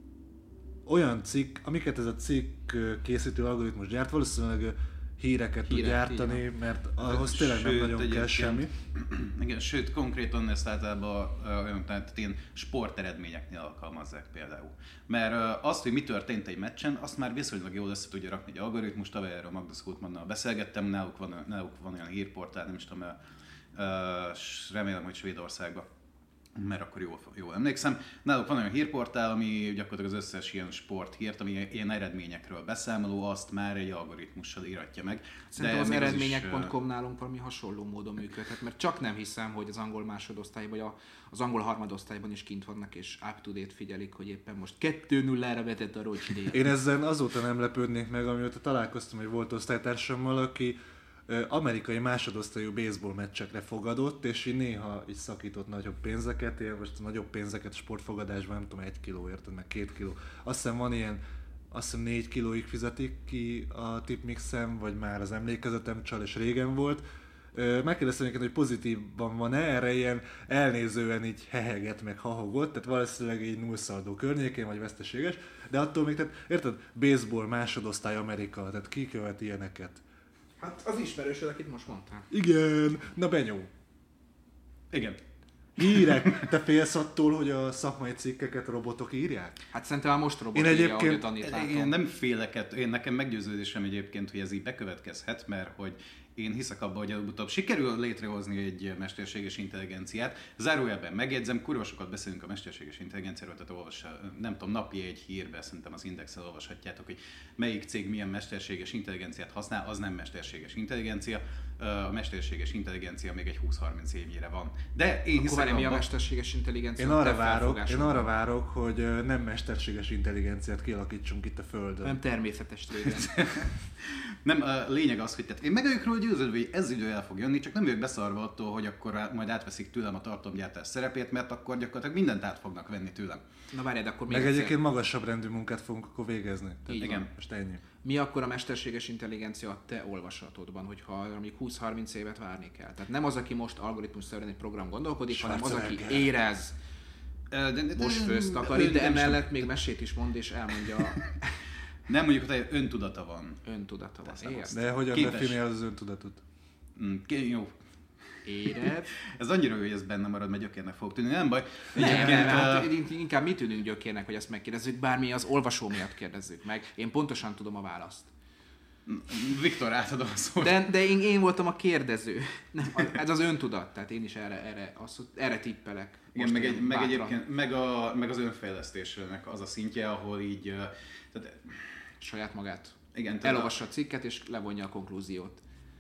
olyan cikk, amiket ez a cikk készítő algoritmus gyárt, valószínűleg híreket tud gyártani, igen. Mert ahhoz tényleg nem nagyon kell semmi. Igen, sőt, konkrétan ezt általában olyan, tehát ilyen sporteredményeknél alkalmazzák például. Mert azt, hogy mi történt egy meccsen, azt már viszonylag jól össze tudja rakni egy algoritmus. Tavaly erről Magda Szkultmannal beszélgettem, náluk van, náluk van olyan hírportál, nem is tudom, remélem, hogy Svédországban. mert akkor jól, jól emlékszem. Náluk van olyan hírportál, ami gyakorlatilag az összes ilyen sporthírt, ami ilyen eredményekről beszámoló, azt már egy algoritmussal íratja meg. Szerintem az eredmények pont com nálunk valami hasonló módon működhet, mert csak nem hiszem, hogy az angol másodosztályban, vagy az angol harmadosztályban is kint vannak, és up-to-date figyelik, hogy éppen most kettő nullára vetett a Rochdale. Én ezzel azóta nem lepődnék meg, amióta találkoztam egy volt osztálytársammal, aki amerikai másodosztályú baseball meccsekre fogadott, és így néha így szakított nagyobb pénzeket, ilyen most nagyobb pénzeket sportfogadásban, nem tudom, egy kilóért, meg két kiló. Azt hiszem van ilyen, azt hiszem négy kilóig fizetik ki a tipmixem, vagy már az emlékezetem csal, és régen volt. Megkérdeztem neked, hogy pozitívban van-e, erre ilyen elnézően így heheget, meg hahogott, tehát valószínűleg így nullszaldó környékén, vagy veszteséges, de attól még, tehát érted, baseball másodosztály Amerika, tehát ki követ ilyeneket? Hát az ismerősöd, akit most mondtál. Igen, na Benyó. Igen. Hírek. Te félsz attól, hogy a szakmai cikkeket robotok írják? Hát szerintem már most robot én írja, egyébként, ahogy a tanít látom. Én nem félek, én nekem meggyőződésem egyébként, hogy ez így bekövetkezhet, mert hogy én hiszek abban, hogy előbb-utóbb sikerül létrehozni egy mesterséges intelligenciát. Zárójelben megjegyzem, kurva sokat beszélünk a mesterséges intelligenciáról, tehát olvas, nem tudom, napi egy hírbe, szerintem az Indexen olvashatjátok, hogy melyik cég milyen mesterséges intelligenciát használ, az nem mesterséges intelligencia. A mesterséges intelligencia még egy húsz-harminc évnyire van. De én hiszek abban... mi a abban... mesterséges intelligencia? Én arra, várok, én arra várok, hogy nem mesterséges intelligenciát kialakítsunk itt a Földön. Nem természetes régen. Nem, a lényeg az, hogy tehát én meg vagyok róla győződve, hogy ez idő el fog jönni, csak nem vagyok beszarva attól, hogy akkor majd átveszik tőlem a tartalomgyártás szerepét, mert akkor gyakorlatilag mindent át fognak venni tőlem. Na várjad, akkor még meg egyszer... egyébként magasabb rendű munkát fogunk akkor végezni. Tehát igen. Most ennyi. Mi akkor a mesterséges intelligencia a te olvasatodban, hogyha amíg húsz-harminc évet várni kell? Tehát nem az, aki most algoritmus szerint egy program gondolkodik, hanem az, aki érez, De, de, de, most főzt akar, de emellett még mesét is mond és elmondja. Nem mondjuk, hogy öntudata van. Öntudata van, érted? De hogyan Képes. definiálod az öntudatot? Mm, ké- jó. Éred. Ez annyira jó, hogy ez benne marad, mert gyökérnek fog tűnni, nem baj. Nem, Egyébként, nem, hát uh, inkább mi tűnünk gyökérnek, hogy ezt megkérdezzük, bármi az olvasó miatt kérdezzük meg. Én pontosan tudom a választ. Viktor, átadom a szót. De, de én, én voltam a kérdező. Nem, ez az öntudat, tehát én is erre, erre, azt, erre tippelek. Igen, meg, egy, meg bátran. egyébként meg, a, meg az önfejlesztésnek az a szintje, ahol így... uh, Tehát, Saját magát. igen, tehát Elolvassa a cikket és levonja a konklúziót.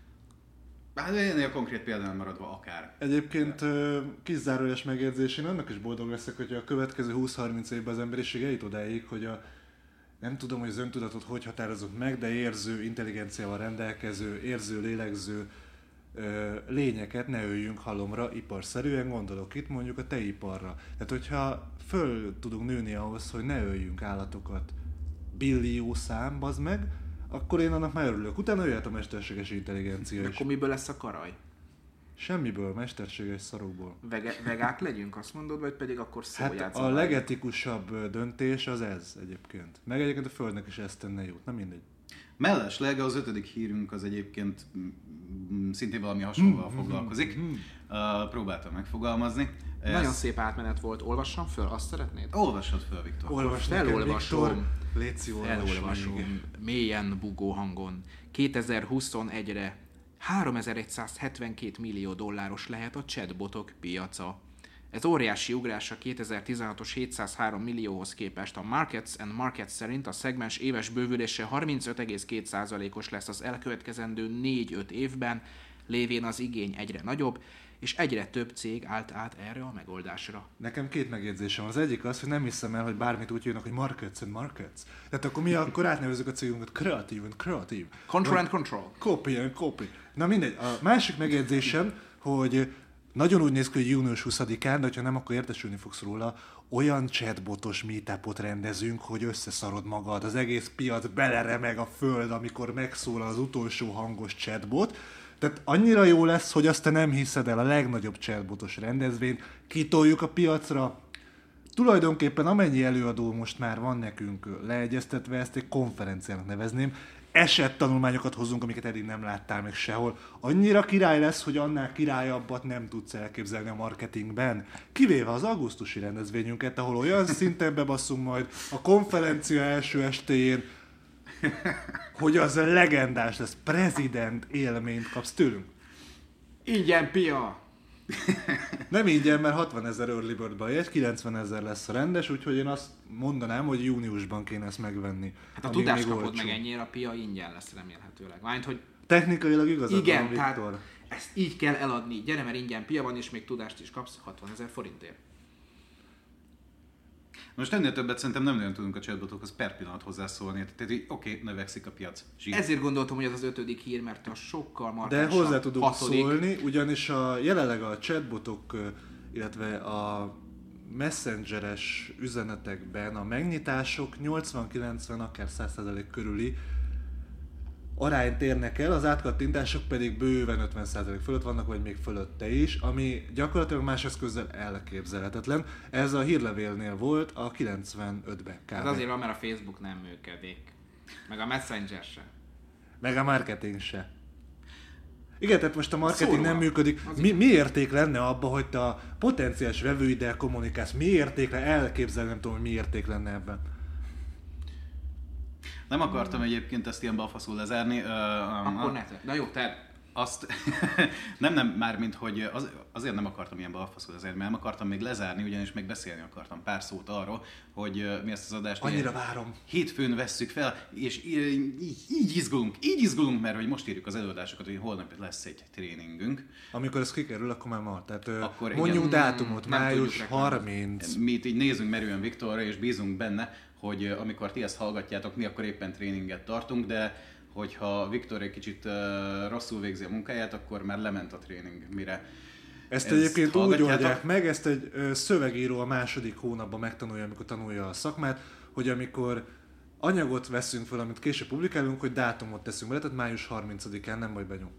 Hát ennél a konkrét példán maradva akár. Egyébként uh, kizárólag megjegyzés, én annak is boldog leszek, hogy a következő húsz-harminc évben az emberiség eljut odáig, hogy a nem tudom, hogy az öntudatot hogy határozunk meg, de érző, intelligenciával rendelkező, érző, lélegző ö, lényeket ne öljünk halomra iparszerűen, gondolok itt mondjuk a tejiparra. Tehát hogyha föl tudunk nőni ahhoz, hogy ne öljünk állatokat billió szám, bazd meg, akkor én annak már örülök. Utána jöhet a mesterséges intelligencia De is. akkor miből lesz a karaj? Semmiből, mesterséges szarokból. Vege- vegák legyünk, azt mondod, vagy pedig akkor szóját Hát a zavarjuk? legetikusabb döntés az ez egyébként. Meg egyébként a Földnek is ezt tenne jót, nem mindegy. Mellesleg az ötödik hírünk az egyébként mm, szintén valami hasonlóval foglalkozik. Uh, próbáltam megfogalmazni. Ez... Nagyon szép átmenet volt. Olvassam föl, azt szeretnéd? Olvassad fel, Viktor. Olvasd neked, Felolvasom. Viktor. Léci, olvasd Felolvasom. még. Mélyen bugó hangon. kétezer-huszonegyre háromezer-száz-hetvenkét millió dolláros lehet a chatbotok piaca. Ez óriási ugrás a kétezer-tizenhatos hétszázhárom millióhoz képest. A Markets and Markets szerint a szegmens éves bővülése harmincöt egész két százalékos lesz az elkövetkezendő négy-öt évben, lévén az igény egyre nagyobb, és egyre több cég állt át erre a megoldásra. Nekem két megjegyzésem. Az egyik az, hogy nem hiszem el, hogy bármit úgy jönnek, hogy Markets and Markets. Tehát akkor mi akkor átnevezzük a cégünket Creative and Creative. Control and Control. Copy and Copy. Na mindegy. A másik megjegyzésem, hogy nagyon úgy néz ki, hogy június huszadikán, de ha nem, akkor értesülni fogsz róla, olyan chatbotos meetupot rendezünk, hogy összeszarod magad. Az egész piac beleremeg a föld, amikor megszólal az utolsó hangos chatbot. Tehát annyira jó lesz, hogy azt te nem hiszed el, a legnagyobb chatbotos rendezvényt kitoljuk a piacra. Tulajdonképpen amennyi előadó most már van nekünk leegyeztetve, ezt egy konferenciának nevezném. Esettanulmányokat hozunk, amiket eddig nem láttál meg sehol. Annyira király lesz, hogy annál királyabbat nem tudsz elképzelni a marketingben. Kivéve az augusztusi rendezvényünket, ahol olyan szinten bebasszunk majd a konferencia első estéjén, hogy az legendás lesz, prezident élményt kapsz tőlünk. Ingyen pia! Nem ingyen, mert hatvanezer early birdba jegy, kilencvenezer lesz a rendes, úgyhogy én azt mondanám, hogy júniusban kéne ezt megvenni. Hát a tudást kapod meg ennyire, a pia ingyen lesz remélhetőleg. Ványt, hogy technikailag igazad igen, van, Viktor. Tehát ezt így kell eladni. Gyere, mert ingyen pia van, és még tudást is kapsz hatvanezer forintért. Most ennél többet szerintem nem nagyon tudunk a chatbotokhoz per pillanat hozzászólni. Tehát oké, okay, növekszik a piac. Zsír. Ezért gondoltam, hogy ez az ötödik hír, mert a sokkal markánsabb. De hozzá tudunk hatodik. szólni, ugyanis a, jelenleg a chatbotok, illetve a messengeres üzenetekben a megnyitások nyolcvan-kilencven, akár száz százalék körüli arányt érnek el, az átkattintások pedig bőven ötven százalék fölött vannak, vagy még fölötte is, ami gyakorlatilag más eszközzel elképzelhetetlen. Ez a hírlevélnél volt a kilencvenötben kb. Ez azért van, mert a Facebook nem működik. Meg a Messenger se. Meg a marketing se. Igen, tehát most a marketing Szólva. nem működik. Mi, mi érték lenne abba, hogy te a potenciális vevőiddel kommunikálsz? Mi érték lenne? Elképzelni nem tudom, hogy mi érték lenne ebben. Nem akartam egyébként ezt ilyen balfaszul lezárni. Uh, Akkor ne te. Na jó, te. Azt nem, nem, mármint, hogy az, azért nem akartam ilyen balfaszul lezárni, mert nem akartam még lezárni, ugyanis még beszélni akartam pár szót arról, hogy uh, mi ezt az adást... Annyira várom. Hétfőn vesszük fel, és így, így izgulunk, így izgulunk, mert hogy most írjuk az előadásokat, hogy holnap lesz egy tréningünk. Amikor ez kikerül, akkor már ma. Tehát akkor mondjuk igen, dátumot, május harmincadika. Mi itt így nézünk merően Viktorra, és bízunk benne, hogy amikor ti ezt hallgatjátok, mi akkor éppen tréninget tartunk, de hogyha Viktor egy kicsit uh, rosszul végzi a munkáját, akkor már lement a tréning, mire ezt egyébként úgy oldják meg, ezt egy ö, szövegíró a második hónapban megtanulja, amikor tanulja a szakmát, hogy amikor anyagot veszünk fel, amit később publikálunk, hogy dátumot teszünk bele, tehát május harmincadikán, nem baj, benyom.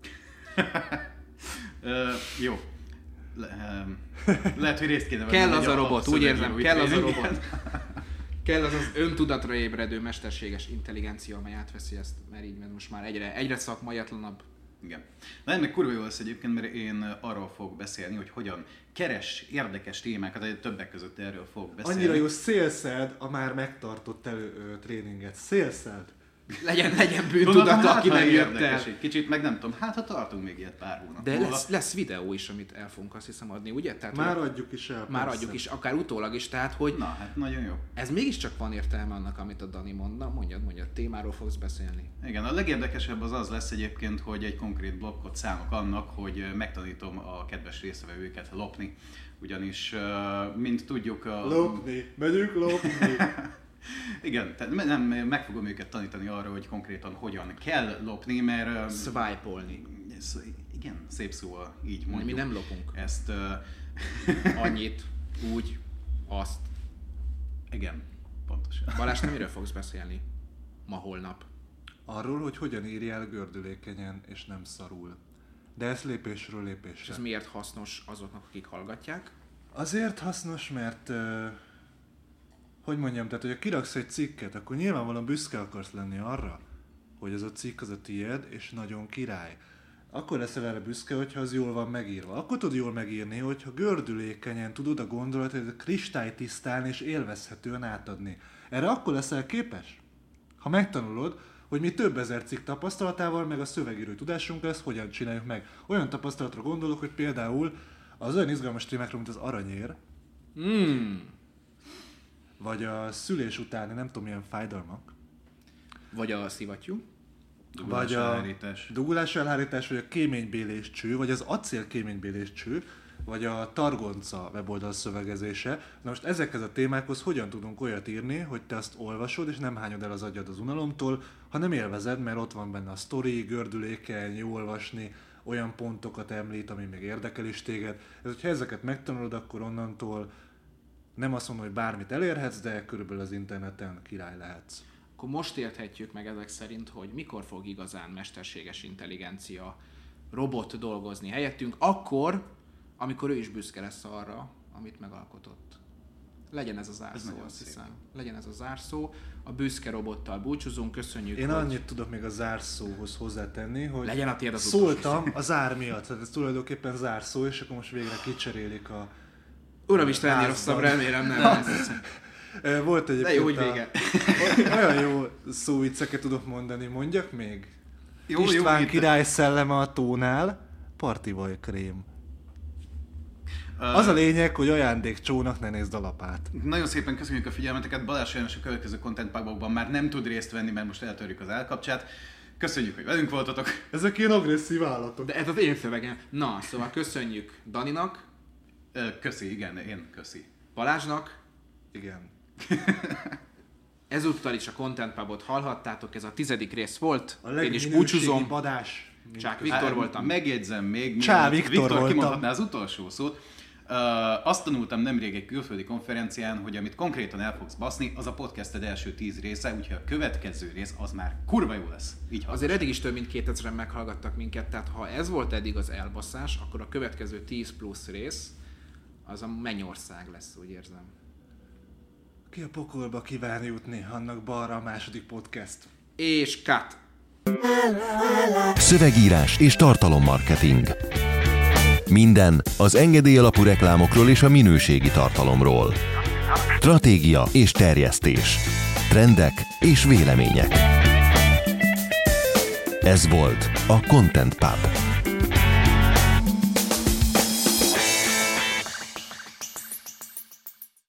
uh, jó. Le, um, lehet, hogy részt kéne venni. Kell az a robot, úgy érzem, kell az a tréningen. robot. Kell az az öntudatra ébredő mesterséges intelligencia, amely átveszi ezt, mert így mert most már egyre, egyre szakmaiatlanabb. Igen. Na ennek kurva jó lesz egyébként, mert én arról fogok beszélni, hogy hogyan keres érdekes témákat, de többek között erről fogok beszélni. Annyira jó, szélszed a már megtartott elő, ö, tréninget. Szélszed. Legyen, legyen bűntudata, aki nem jött el. Egy kicsit, meg nem tudom, hát ha tartunk még ilyet pár hónap. De lesz, lesz videó is, amit el fogunk azt hiszem adni, ugye? Tehát, Már hogy adjuk is el. Már persze. adjuk is, akár utólag is, tehát hogy Na, hát nagyon jó. ez mégiscsak van értelme annak, amit a Dani mondna. Mondjad, mondjad, témáról fogsz beszélni. Igen, a legérdekesebb az az lesz egyébként, hogy egy konkrét blokkot számok annak, hogy megtanítom a kedves résztvevőket lopni. Ugyanis, mint tudjuk... A... Lopni, megyünk lopni. Igen, tehát nem, meg fogom őket tanítani arra, hogy konkrétan hogyan kell lopni, mert... Swipe-olni. Igen, szép szóval így mondjuk. Mi nem lopunk. Ezt... Uh... Annyit, úgy, azt. Igen, pontosan. Balázs, nem miről fogsz beszélni ma, holnap? Arról, hogy hogyan írjál gördülékenyen és nem szarul. De ez lépésről És lépésre. ez miért hasznos azoknak, akik hallgatják? Azért hasznos, mert... Uh, hogy mondjam, tehát, hogyha kiraksz egy cikket, akkor nyilvánvalóan büszke akarsz lenni arra, hogy ez a cikk az a tiéd, és nagyon király. Akkor leszel erre büszke, hogyha az jól van megírva. Akkor tudod jól megírni, hogyha gördülékenyen tudod a gondolatot kristálytisztán és élvezhetően átadni. Erre akkor leszel képes, ha megtanulod, hogy mi több ezer cikk tapasztalatával, meg a szövegíró tudásunk lesz, hogyan csináljuk meg. Olyan tapasztalatra gondolok, hogy például az olyan izgalmas témákról, mint az aranyér, Mm. vagy a szülés utáni nem tudom milyen fájdalmak, Vagy a szivattyú. vagy a elhárítás. dugulás elhárítás, vagy a kéménybélés cső, vagy az acél kéménybélés cső, vagy a targonca weboldal szövegezése. Na most ezekhez a témákhoz hogyan tudunk olyat írni, hogy te azt olvasod, és nem hányod el az agyad az unalomtól, hanem élvezed, mert ott van benne a sztori, gördülékeny, jó olvasni, olyan pontokat említ, ami még érdekel is téged. Ez, hogyha ezeket megtanulod, akkor onnantól nem azt mondom, hogy bármit elérhetsz, de körülbelül az interneten király lehetsz. Akkor most érthetjük meg ezek szerint, hogy mikor fog igazán mesterséges intelligencia robot dolgozni helyettünk, akkor, amikor ő is büszke lesz arra, amit megalkotott. Legyen ez a zárszó, azt szép. hiszem. Legyen ez a zárszó. A büszke robottal búcsúzunk, köszönjük, Én hogy... annyit tudok még a zárszóhoz hozzátenni, hogy Legyen a tiéd az szóltam a zár miatt, tehát ez tulajdonképpen zárszó, és akkor most végre kicserélik a... Uramisten, ennél házban. rosszabb, remélem nem lesz. Volt De egyébként jó, hogy a- vége. olyan jó szóvicceket tudok mondani, mondjak még? Jó, István jó, itt- király szelleme a tónál, partivaj krém. Az a lényeg, hogy ajándékcsónak ne nézd a lapát. Nagyon szépen köszönjük a figyelmeteket. Balázs sajnos a következő Content Pubokban már nem tud részt venni, mert most eltörjük az állkapcsát. Köszönjük, hogy velünk voltatok. Ezek ilyen agresszív állatok. De ez az én szövegem. Na, szóval köszönjük Daninak. Köszi, igen, én köszi. Balázsnak. Igen. Ezúttal is a Content Pubot hallhattátok, ez a tizedik rész volt. A Én is búcsúzom. Badás. Csák Viktor voltam. Megjegyzem még, Csá, Viktor, Viktor voltam. kimondhatná az utolsó szót. Uh, azt tanultam nemrég egy külföldi konferencián, hogy amit konkrétan el fogsz baszni, az a podcasted első tíz része, úgyhogy a következő rész az már kurva jó lesz. Így Azért eddig is több mint kétezren meghallgattak minket, tehát ha ez volt eddig az elbaszás, akkor a következő tíz plusz rész az a mennyország lesz, úgy érzem. Ki a pokolba kíván jutni, annak balra a második podcast. És cut! Szövegírás és tartalommarketing. Minden az engedély alapú reklámokról és a minőségi tartalomról. Stratégia és terjesztés. Trendek és vélemények. Ez volt a Content Pub.